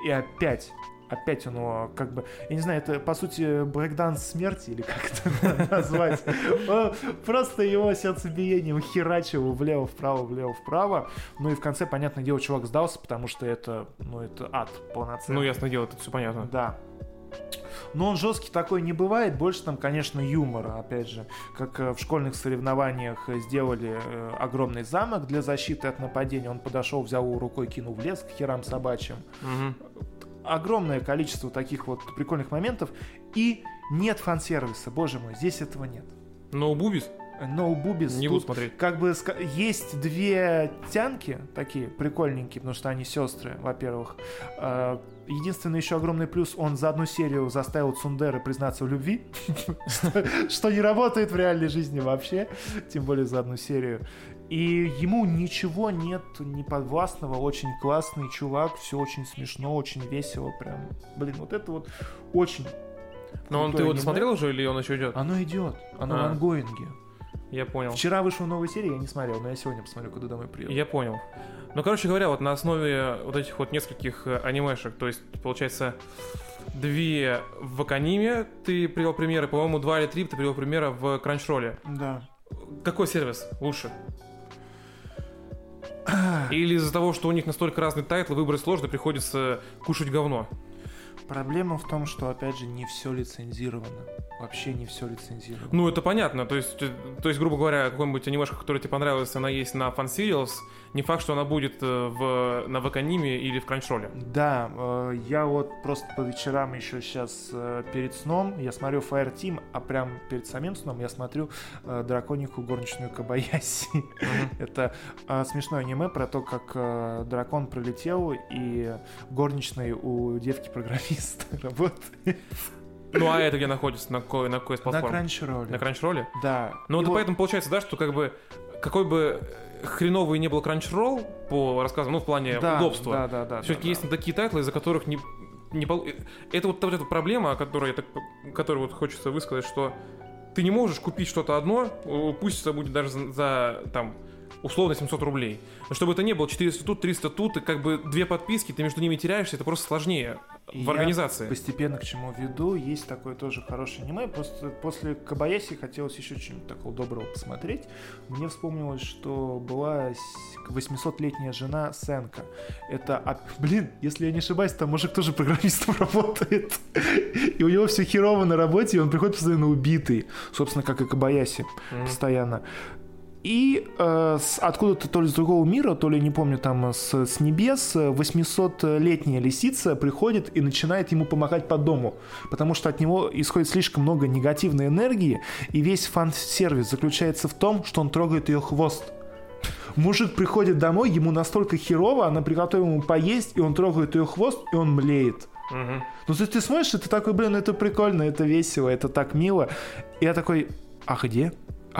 И опять он как бы, я не знаю, это по сути брейкданс смерти или как это назвать. Просто его сердцебиением херачил влево-вправо. Ну и в конце, понятное дело, чувак сдался, потому что это ад полноценный. Ну, ясное дело, это все понятно. Да. Но он жесткий такой не бывает, больше там, конечно, юмора, опять же, как в школьных соревнованиях сделали огромный замок для защиты от нападения, он подошел, взял его рукой, кинул в лес к херам собачьим. Огромное количество таких вот прикольных моментов, и нет фан-сервиса, боже мой, здесь этого нет. No Boobies? No Boobies. Не буду смотреть. Как бы есть две тянки такие прикольненькие, потому что они сестры, во-первых. Единственный еще огромный плюс, он за одну серию заставил цундеры признаться в любви, что не работает в реальной жизни вообще, тем более за одну серию. И ему ничего нет неподвластного, очень классный чувак, все очень смешно, очень весело, прям. Блин, вот это вот очень. Но ты его досмотрел уже или он еще идет? Оно идет, оно в ангоинге. Я понял. Вчера вышла новая серия, я не смотрел, но я сегодня посмотрю, когда домой приеду. Я понял. Ну, короче говоря, вот на основе вот этих вот нескольких анимешек, то есть, получается, 2 в Ваканиме ты привел примеры, по-моему, 2 или 3 ты привел примеры в Кранчролле. Да. Какой сервис лучше? Или из-за того, что у них настолько разные тайтлы, выбрать сложно, приходится кушать говно? Проблема в том, что, опять же, не все лицензировано. Вообще не все лицензировано. Ну, это понятно. То есть, грубо говоря, какой-нибудь анимешка, которая тебе понравилась, она есть на Fanserials, не факт, что она будет на Ваканиме или в Кранчролле. Да, я вот просто по вечерам еще сейчас перед сном, я смотрю Fire Team, а прям перед самим сном я смотрю Драконику горничную Кобаяси. Это смешное аниме про то, как дракон пролетел, и горничной у девки-программиста работает. Ну, а это где находится? На какой из платформ? На Кранчролле. На Кранчролле? Да. Ну, вот поэтому получается, да, что как бы какой бы хреновый не был Кранчролл по рассказам, ну, в плане удобства. Да. Все-таки есть такие тайтлы, из-за которых это вот эта проблема, которую вот хочется высказать, что ты не можешь купить что-то одно, пусть это будет даже за там, условно 700 рублей. Но чтобы это не было 400 тут, 300 тут, и как бы 2 подписки, ты между ними теряешься, это просто сложнее в организации. Я постепенно к чему веду. Есть такое тоже хорошее аниме. Просто после Кобаяси хотелось еще чего-нибудь такого доброго посмотреть. Мне вспомнилось, что была 800-летняя жена Сенка. Это, если я не ошибаюсь, там мужик тоже программистом работает. И у него все херово на работе, и он приходит постоянно убитый. Собственно, как и Кобаяси. Постоянно. И откуда-то то ли с другого мира, то ли, не помню, там с небес 800-летняя лисица приходит и начинает ему помогать по дому, потому что от него исходит слишком много негативной энергии, и весь фан-сервис заключается в том, что он трогает ее хвост. Мужик приходит домой, ему настолько херово, она приготовила ему поесть, и он трогает ее хвост, и он млеет. Ну, то есть ты смотришь, и ты такой, это прикольно, это весело, это так мило. И я такой, а где?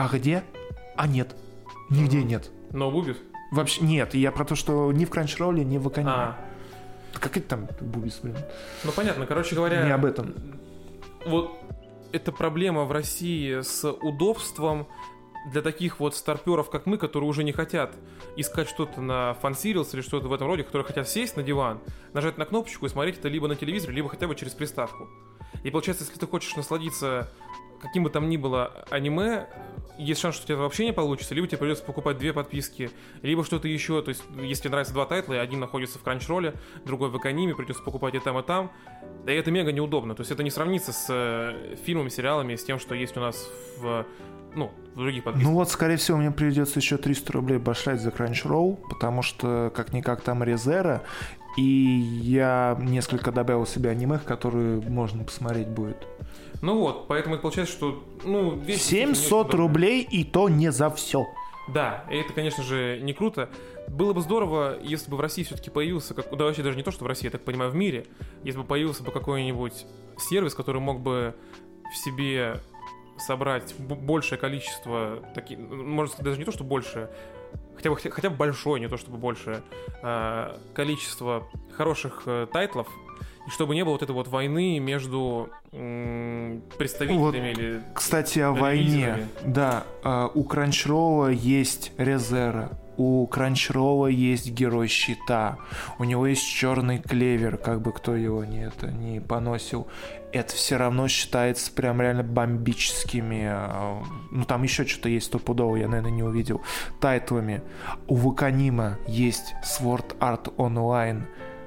А нет, нигде нет. No Boobies? Вообще нет, я про то, что ни в Кранчролле, ни в Ваканиме. Как это там Бубис, блин? Ну понятно, короче говоря... Не об этом. Вот эта проблема в России с удобством для таких вот старперов, как мы, которые уже не хотят искать что-то на Fanserials или что-то в этом роде, которые хотят сесть на диван, нажать на кнопочку и смотреть это либо на телевизоре, либо хотя бы через приставку. И получается, если ты хочешь насладиться каким бы там ни было аниме, есть шанс, что у тебя это вообще не получится, либо тебе придется покупать 2 подписки, либо что-то еще, то есть если тебе нравятся 2 тайтла, и один находится в Кранчролле, другой в Ваканиме, придется покупать и там, и это мега неудобно, то есть это не сравнится с фильмами, сериалами, с тем, что есть у нас в других подписках. Ну вот, скорее всего, мне придется еще 300 рублей башлять за Crunchyroll, потому что, как-никак, там Re:Zero, и я несколько добавил себе аниме, которые можно посмотреть будет. Ну вот, поэтому это получается, что... 700 рублей, и то не за все. Да, и это, конечно же, не круто. Было бы здорово, если бы в России все-таки появился, да вообще даже не то, что в России, я так понимаю, в мире, если бы появился бы какой-нибудь сервис, который мог бы в себе собрать большее количество, можно сказать, даже не то, что большее, хотя бы большое, не то чтобы большее, количество хороших тайтлов, и чтобы не было вот этой вот войны между представителями Кстати, о войне. Да, у Crunchyroll есть Re:Zero. у Crunchyroll есть Герой Щита, у него есть Черный Клевер, как бы кто его не поносил. Это все равно считается прям реально бомбическими, ну там еще что-то есть стопудово, я, наверное, не увидел, тайтлами. У Ваканима есть Sword Art Online.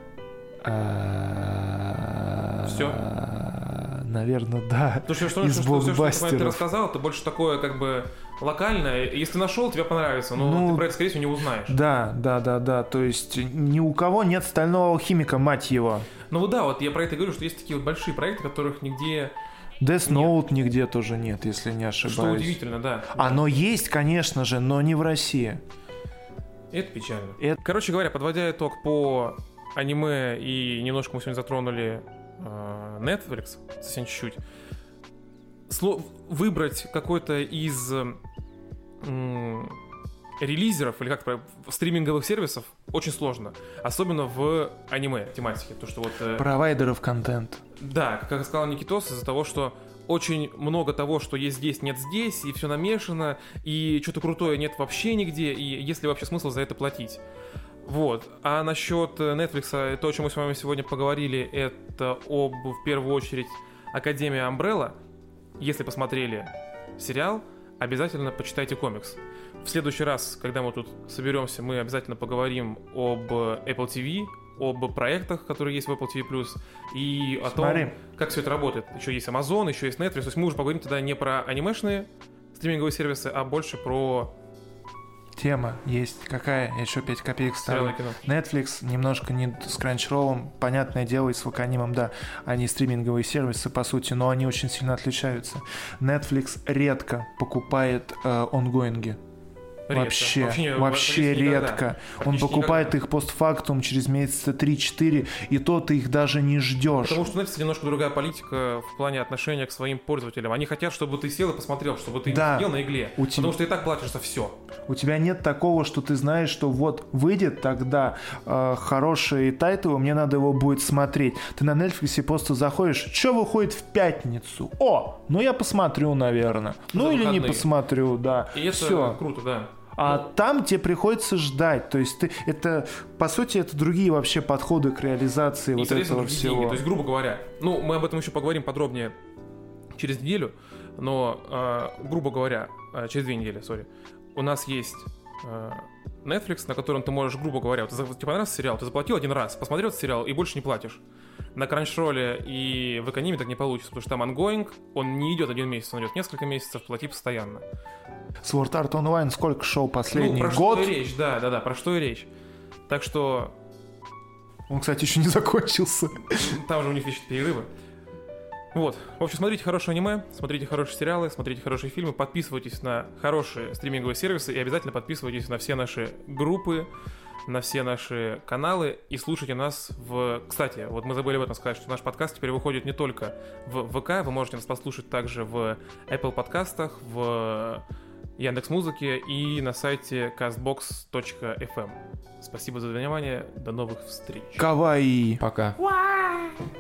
Все? Наверное, да. Потому что из блокбастеров. Ты рассказал, это больше такое как бы локальное. Если нашел, тебе понравится, но ты про это, скорее всего, не узнаешь. Да. То есть ни у кого нет Стального Алхимика, мать его. Ну да, вот я про это говорю, что есть такие вот большие проекты, которых нигде... Death Note нигде тоже нет, если не ошибаюсь. Что удивительно, да. Оно есть, конечно же, но не в России. Это печально. Короче говоря, подводя итог по аниме, и немножко мы сегодня затронули Netflix, совсем чуть-чуть. Выбрать какой-то из релизеров, или как стриминговых сервисов очень сложно. Особенно в аниме тематике. То, что вот, провайдеров контента. Да, как сказал Никитос, из-за того, что очень много того, что есть здесь, нет здесь, и все намешано, и что-то крутое нет вообще нигде, и есть ли вообще смысл за это платить. Вот. А насчет Netflix, то, о чем мы с вами сегодня поговорили, это в первую очередь, Академия Umbrella. Если посмотрели сериал, обязательно почитайте комикс. В следующий раз, когда мы тут соберемся, мы обязательно поговорим об Apple TV, об проектах, которые есть в Apple TV+, и о том, как все это работает. Еще есть Amazon, еще есть Netflix. То есть мы уже поговорим тогда не про анимешные стриминговые сервисы, а больше про... Тема есть какая? Я еще 5 копеек ставлю. Netflix, немножко не с Crunchyroll, понятное дело, и с Ваканимом, да, они стриминговые сервисы, по сути, но они очень сильно отличаются. Netflix редко покупает онгоинги. Вообще редко. Он покупает их постфактум через месяца 3-4, и то ты их даже не ждешь. Потому что, знаете, немножко другая политика в плане отношения к своим пользователям. Они хотят, чтобы ты сел и посмотрел, чтобы ты не сидел на игле. Потому что ты и так платишь за все. У тебя нет такого, что ты знаешь, что вот выйдет тогда хороший тайтл, мне надо его будет смотреть. Ты на Netflix просто заходишь, что выходит в пятницу? Ну я посмотрю, наверное. Ну или не посмотрю, да. И это всё круто, да. А там тебе приходится ждать. То есть это, по сути, это другие вообще подходы к реализации вот этого всего. Деньги. То есть, грубо говоря, мы об этом еще поговорим подробнее через неделю, но, грубо говоря, через 2 недели, у нас есть Netflix, на котором ты можешь, грубо говоря, тебе понравился сериал, ты заплатил один раз, посмотрел этот сериал и больше не платишь. На Crunchyroll и в Ваканиме так не получится, потому что там ongoing, он не идет 1 месяц, он идет несколько месяцев, плати постоянно. Sword Art Online сколько шел последний про год? Что и речь, да, про что и речь. Так что... Он, кстати, еще не закончился. Там же у них есть перерывы. Вот. В общем, смотрите хорошее аниме, смотрите хорошие сериалы, смотрите хорошие фильмы, подписывайтесь на хорошие стриминговые сервисы и обязательно подписывайтесь на все наши группы, на все наши каналы и слушайте нас Кстати, вот мы забыли об этом сказать, что наш подкаст теперь выходит не только в ВК, вы можете нас послушать также в Apple подкастах, в Яндекс.Музыке и на сайте castbox.fm. Спасибо за внимание, до новых встреч. Каваи. Пока.